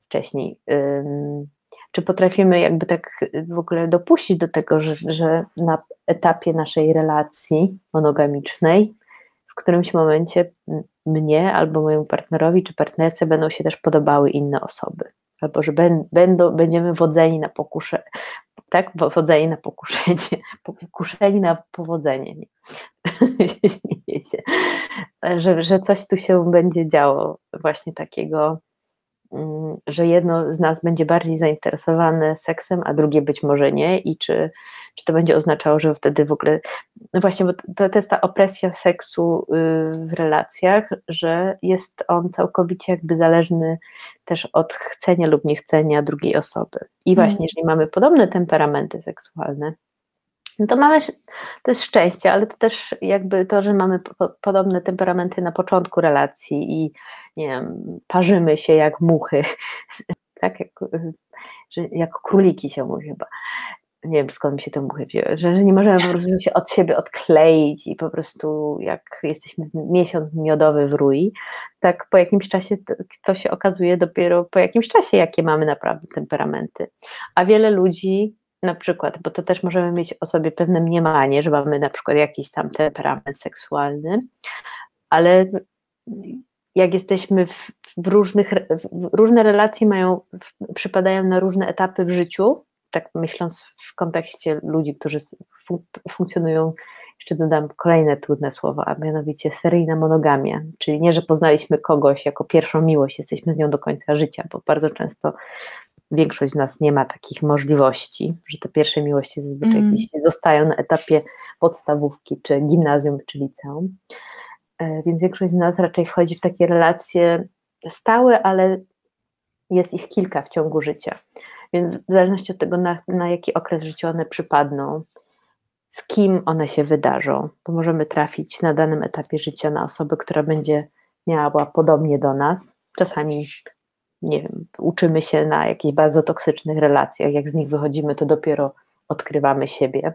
Czy potrafimy jakby tak w ogóle dopuścić do tego, że na etapie naszej relacji monogamicznej w którymś momencie mnie albo mojemu partnerowi czy partnerce będą się też podobały inne osoby, albo że będziemy wodzeni na pokuszenie, tak? Wodzeni na pokuszenie, pokuszeni na powodzenie. Śmieję się. Że coś tu się będzie działo właśnie takiego, że jedno z nas będzie bardziej zainteresowane seksem, a drugie być może nie i czy to będzie oznaczało, że wtedy w ogóle, no właśnie, bo to jest ta opresja seksu w relacjach, że jest on całkowicie jakby zależny też od chcenia lub niechcenia drugiej osoby. I właśnie, jeżeli mamy podobne temperamenty seksualne, no to jest szczęście, ale to też jakby to, że mamy podobne temperamenty na początku relacji i nie wiem, parzymy się jak muchy, tak, jak króliki się mówi chyba. Nie wiem, skąd mi się te muchy wzięły, że nie możemy po prostu się od siebie odkleić i po prostu jak jesteśmy miesiąc miodowy w rui, tak po jakimś czasie to się okazuje dopiero po jakimś czasie, jakie mamy naprawdę temperamenty. A wiele ludzi na przykład, bo to też możemy mieć o sobie pewne mniemanie, że mamy na przykład jakiś tam temperament seksualny, ale jak jesteśmy różne relacje przypadają na różne etapy w życiu, tak myśląc w kontekście ludzi, którzy funkcjonują, jeszcze dodam kolejne trudne słowa, a mianowicie seryjna monogamia, czyli nie, że poznaliśmy kogoś jako pierwszą miłość, jesteśmy z nią do końca życia, bo bardzo często większość z nas nie ma takich możliwości, że te pierwsze miłości zazwyczaj gdzieś zostają na etapie podstawówki, czy gimnazjum, czy liceum. Więc większość z nas raczej wchodzi w takie relacje stałe, ale jest ich kilka w ciągu życia. Więc w zależności od tego, na jaki okres życia one przypadną, z kim one się wydarzą, bo możemy trafić na danym etapie życia na osobę, która będzie miała podobnie do nas. Czasami, nie wiem, uczymy się na jakichś bardzo toksycznych relacjach, jak z nich wychodzimy, to dopiero odkrywamy siebie.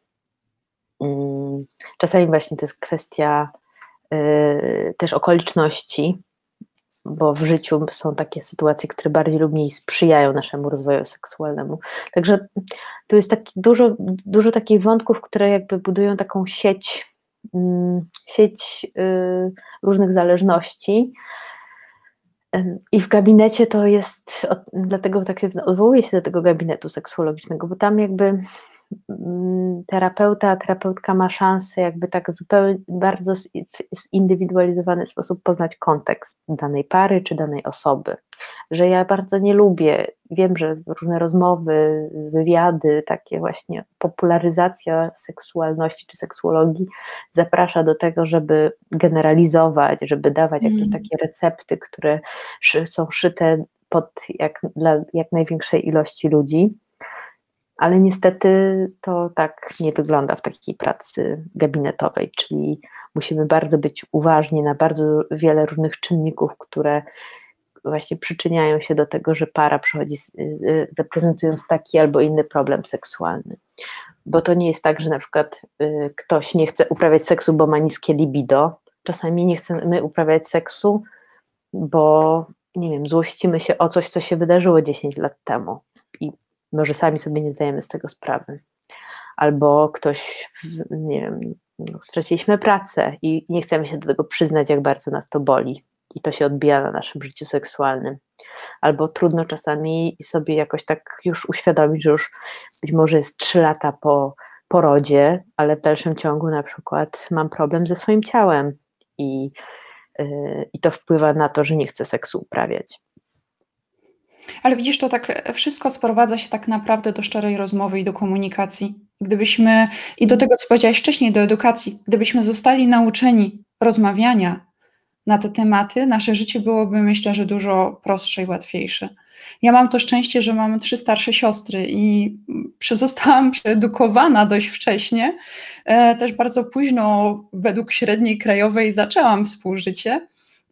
Czasami właśnie to jest kwestia też okoliczności, bo w życiu są takie sytuacje, które bardziej lub mniej sprzyjają naszemu rozwojowi seksualnemu. Także tu jest dużo takich wątków, które jakby budują taką sieć różnych zależności. I w gabinecie to jest, dlatego tak odwołuję się do tego gabinetu seksuologicznego, bo tam jakby terapeutka ma szansę jakby tak zupełnie bardzo zindywidualizowany sposób poznać kontekst danej pary czy danej osoby, że ja bardzo nie lubię, wiem, że różne rozmowy, wywiady, takie właśnie popularyzacja seksualności czy seksuologii zaprasza do tego, żeby generalizować, żeby dawać jakieś takie recepty, które są szyte dla jak największej ilości ludzi. Ale niestety to tak nie wygląda w takiej pracy gabinetowej, czyli musimy bardzo być uważni na bardzo wiele różnych czynników, które właśnie przyczyniają się do tego, że para przychodzi reprezentując taki albo inny problem seksualny. Bo to nie jest tak, że na przykład ktoś nie chce uprawiać seksu, bo ma niskie libido. Czasami nie chcemy uprawiać seksu, bo nie wiem, złościmy się o coś, co się wydarzyło 10 lat temu i może sami sobie nie zdajemy z tego sprawy. Albo ktoś, nie wiem, straciliśmy pracę i nie chcemy się do tego przyznać, jak bardzo nas to boli i to się odbija na naszym życiu seksualnym. Albo trudno czasami sobie jakoś tak już uświadomić, że już być może jest 3 lata po porodzie, ale w dalszym ciągu na przykład mam problem ze swoim ciałem i to wpływa na to, że nie chcę seksu uprawiać. Ale widzisz, to tak wszystko sprowadza się tak naprawdę do szczerej rozmowy i do komunikacji. I do tego, co powiedziałaś wcześniej, do edukacji. Gdybyśmy zostali nauczeni rozmawiania na te tematy, nasze życie byłoby, myślę, że dużo prostsze i łatwiejsze. Ja mam to szczęście, że mam 3 starsze siostry i zostałam przeedukowana dość wcześnie. Też bardzo późno według średniej krajowej zaczęłam współżycie.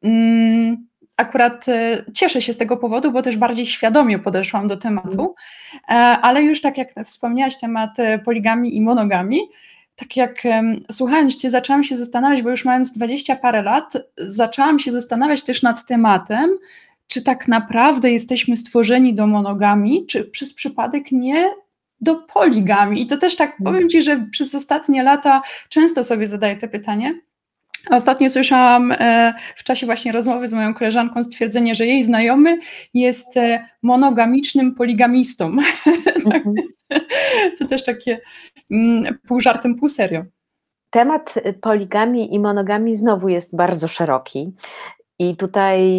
Akurat cieszę się z tego powodu, bo też bardziej świadomie podeszłam do tematu, ale już tak jak wspomniałaś, temat poligamii i monogamii, tak jak słuchając Cię, zaczęłam się zastanawiać, bo już mając 20 parę lat, zaczęłam się zastanawiać też nad tematem, czy tak naprawdę jesteśmy stworzeni do monogamii, czy przez przypadek nie do poligami. I to też tak powiem Ci, że przez ostatnie lata często sobie zadaję te pytanie. Ostatnio słyszałam w czasie właśnie rozmowy z moją koleżanką stwierdzenie, że jej znajomy jest monogamicznym poligamistą. Tak więc to też takie pół żartem, pół serio. Temat poligamii i monogamii znowu jest bardzo szeroki i tutaj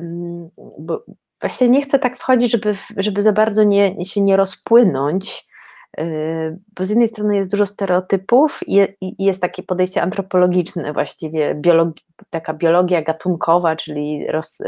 bo właśnie nie chcę tak wchodzić, żeby za bardzo się nie rozpłynąć, bo z jednej strony jest dużo stereotypów i jest takie podejście antropologiczne właściwie, taka biologia gatunkowa, czyli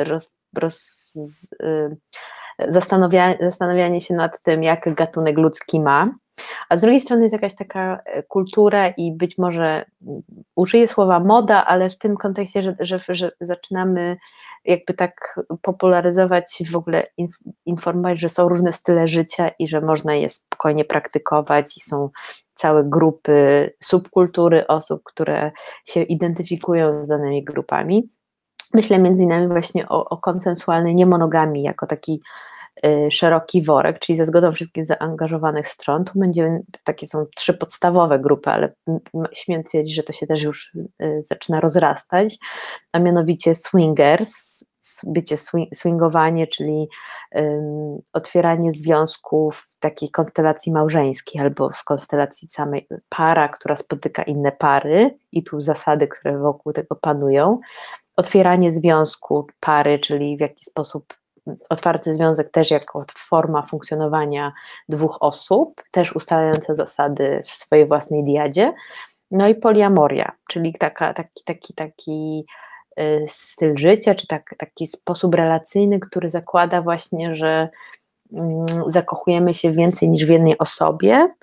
zastanawianie się nad tym, jak gatunek ludzki ma, a z drugiej strony jest jakaś taka kultura i być może użyję słowa moda, ale w tym kontekście, że zaczynamy jakby tak popularyzować, w ogóle informować, że są różne style życia i że można je spokojnie praktykować i są całe grupy, subkultury osób, które się identyfikują z danymi grupami. Myślę między innymi właśnie o konsensualnej niemonogamii jako taki szeroki worek, czyli ze zgodą wszystkich zaangażowanych stron. Tu takie są 3 podstawowe grupy, ale śmiem twierdzić, że to się też już zaczyna rozrastać, a mianowicie swingers, swingowanie, czyli otwieranie związków w takiej konstelacji małżeńskiej albo w konstelacji samej para, która spotyka inne pary i tu zasady, które wokół tego panują. Otwieranie związku pary, czyli w jaki sposób otwarty związek też jako forma funkcjonowania dwóch osób, też ustalające zasady w swojej własnej diadzie. No i poliamoria, czyli taki styl życia, czy taki sposób relacyjny, który zakłada właśnie, że zakochujemy się więcej niż w jednej osobie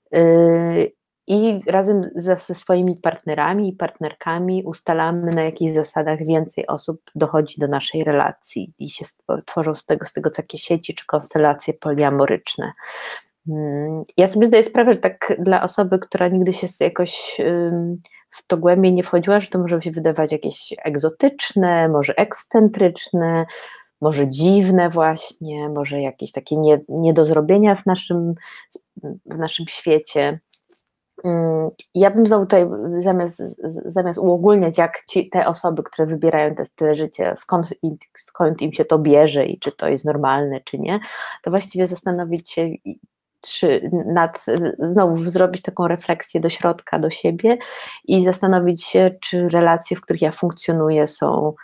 i razem ze swoimi partnerami i partnerkami ustalamy, na jakich zasadach więcej osób dochodzi do naszej relacji i się tworzą z tego takie sieci czy konstelacje poliamoryczne. Ja sobie zdaję sprawę, że tak dla osoby, która nigdy się jakoś w to głębiej nie wchodziła, że to może się wydawać jakieś egzotyczne, może ekscentryczne, może dziwne właśnie, może jakieś takie nie do zrobienia w naszym świecie. Ja bym znowu tutaj zamiast uogólniać, jak te osoby, które wybierają te style życia, skąd im się to bierze i czy to jest normalne, czy nie, to właściwie zastanowić się znowu zrobić taką refleksję do środka, do siebie i zastanowić się, czy relacje, w których ja funkcjonuję, są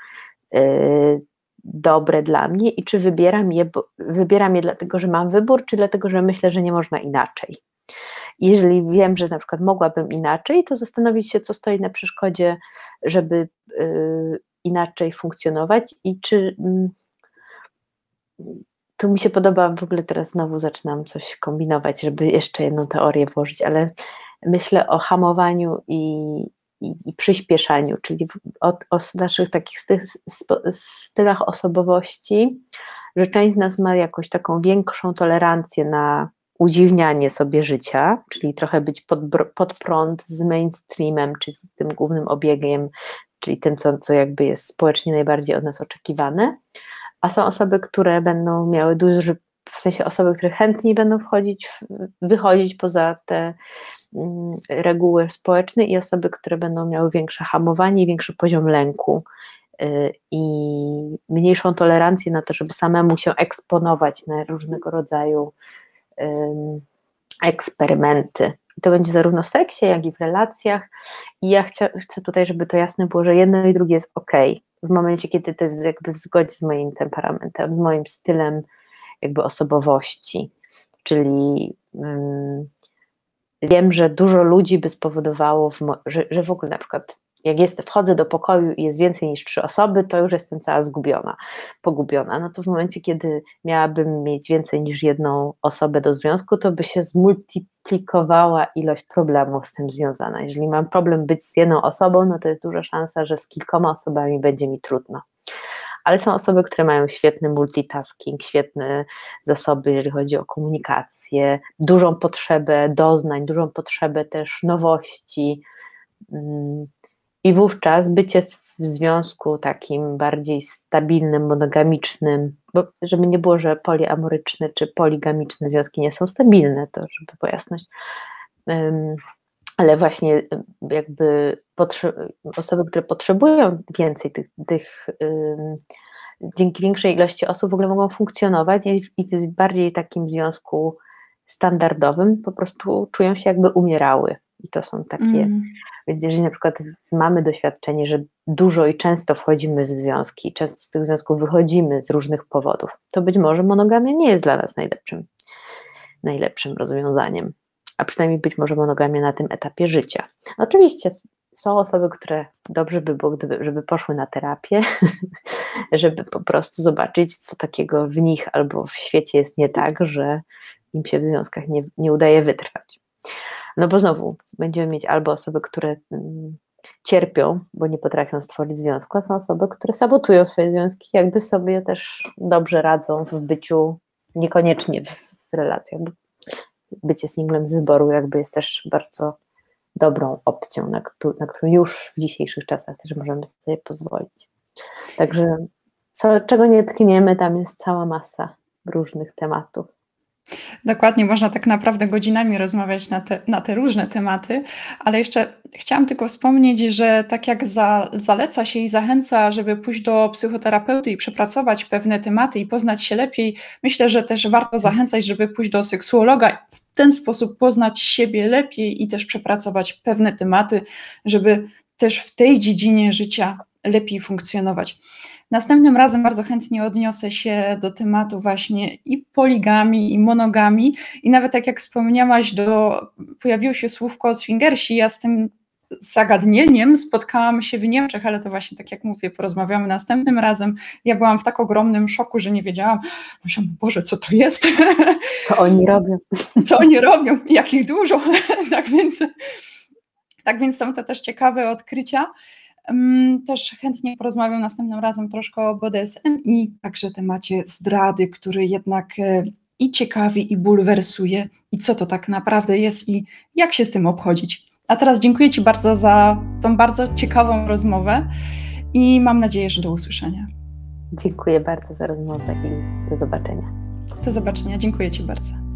dobre dla mnie i czy wybieram je dlatego, że mam wybór, czy dlatego, że myślę, że nie można inaczej. Jeżeli wiem, że na przykład mogłabym inaczej, to zastanowić się, co stoi na przeszkodzie, żeby inaczej funkcjonować i czy tu mi się podoba, w ogóle teraz znowu zaczynam coś kombinować, żeby jeszcze jedną teorię włożyć, ale myślę o hamowaniu i przyspieszaniu, czyli o naszych takich stylach osobowości, że część z nas ma jakąś taką większą tolerancję na udziwnianie sobie życia, czyli trochę być pod prąd z mainstreamem, czy z tym głównym obiegiem, czyli tym, co jakby jest społecznie najbardziej od nas oczekiwane, a są osoby, które będą miały duży, w sensie osoby, które chętniej będą wychodzić poza te reguły społeczne i osoby, które będą miały większe hamowanie i większy poziom lęku i mniejszą tolerancję na to, żeby samemu się eksponować na różnego rodzaju eksperymenty. I to będzie zarówno w seksie, jak i w relacjach. I ja chcę tutaj, żeby to jasne było, że jedno i drugie jest okej. W momencie, kiedy to jest jakby w zgodzie z moim temperamentem, z moim stylem jakby osobowości. Czyli wiem, że dużo ludzi by spowodowało, że w ogóle na przykład jak wchodzę do pokoju i jest więcej niż 3 osoby, to już jestem cała pogubiona. No to w momencie, kiedy miałabym mieć więcej niż jedną osobę do związku, to by się zmultiplikowała ilość problemów z tym związana. Jeżeli mam problem być z jedną osobą, no to jest duża szansa, że z kilkoma osobami będzie mi trudno. Ale są osoby, które mają świetny multitasking, świetne zasoby, jeżeli chodzi o komunikację, dużą potrzebę doznań, dużą potrzebę też nowości. I wówczas bycie w związku takim bardziej stabilnym, monogamicznym, bo żeby nie było, że poliamoryczne czy poligamiczne związki nie są stabilne, to żeby była jasność, ale właśnie jakby osoby, które potrzebują więcej dzięki większej ilości osób w ogóle mogą funkcjonować i w bardziej takim związku standardowym po prostu czują się jakby umierały. I to są takie, więc jeżeli na przykład mamy doświadczenie, że dużo i często wchodzimy w związki, często z tych związków wychodzimy z różnych powodów, to być może monogamia nie jest dla nas najlepszym rozwiązaniem, a przynajmniej być może monogamia na tym etapie życia. Oczywiście są osoby, które dobrze by było, żeby poszły na terapię, żeby po prostu zobaczyć, co takiego w nich albo w świecie jest nie tak, że im się w związkach nie udaje wytrwać. No bo znowu będziemy mieć albo osoby, które cierpią, bo nie potrafią stworzyć związku, a są osoby, które sabotują swoje związki, jakby sobie też dobrze radzą w byciu, niekoniecznie w relacjach, bo bycie singlem z wyboru jakby jest też bardzo dobrą opcją, na którą już w dzisiejszych czasach też możemy sobie pozwolić. Także czego nie tkniemy, tam jest cała masa różnych tematów. Dokładnie, można tak naprawdę godzinami rozmawiać na te różne tematy, ale jeszcze chciałam tylko wspomnieć, że tak jak zaleca się i zachęca, żeby pójść do psychoterapeuty i przepracować pewne tematy i poznać się lepiej, myślę, że też warto zachęcać, żeby pójść do seksuologa, w ten sposób poznać siebie lepiej i też przepracować pewne tematy, żeby też w tej dziedzinie życia lepiej funkcjonować. Następnym razem bardzo chętnie odniosę się do tematu właśnie i poligami, i monogami, i nawet tak jak wspomniałaś, pojawiło się słówko swingersi, ja z tym zagadnieniem spotkałam się w Niemczech, ale to właśnie tak jak mówię, porozmawiamy następnym razem. Ja byłam w tak ogromnym szoku, że nie wiedziałam, myślałam, Boże, co to jest? Co oni robią? Co oni robią? Jak ich dużo? Tak więc są to też ciekawe odkrycia. Też chętnie porozmawiam następnym razem troszkę o BDSM i także temacie zdrady, który jednak i ciekawi, i bulwersuje, i co to tak naprawdę jest i jak się z tym obchodzić. A teraz dziękuję Ci bardzo za tą bardzo ciekawą rozmowę i mam nadzieję, że do usłyszenia. Dziękuję bardzo za rozmowę i do zobaczenia. Do zobaczenia, dziękuję Ci bardzo.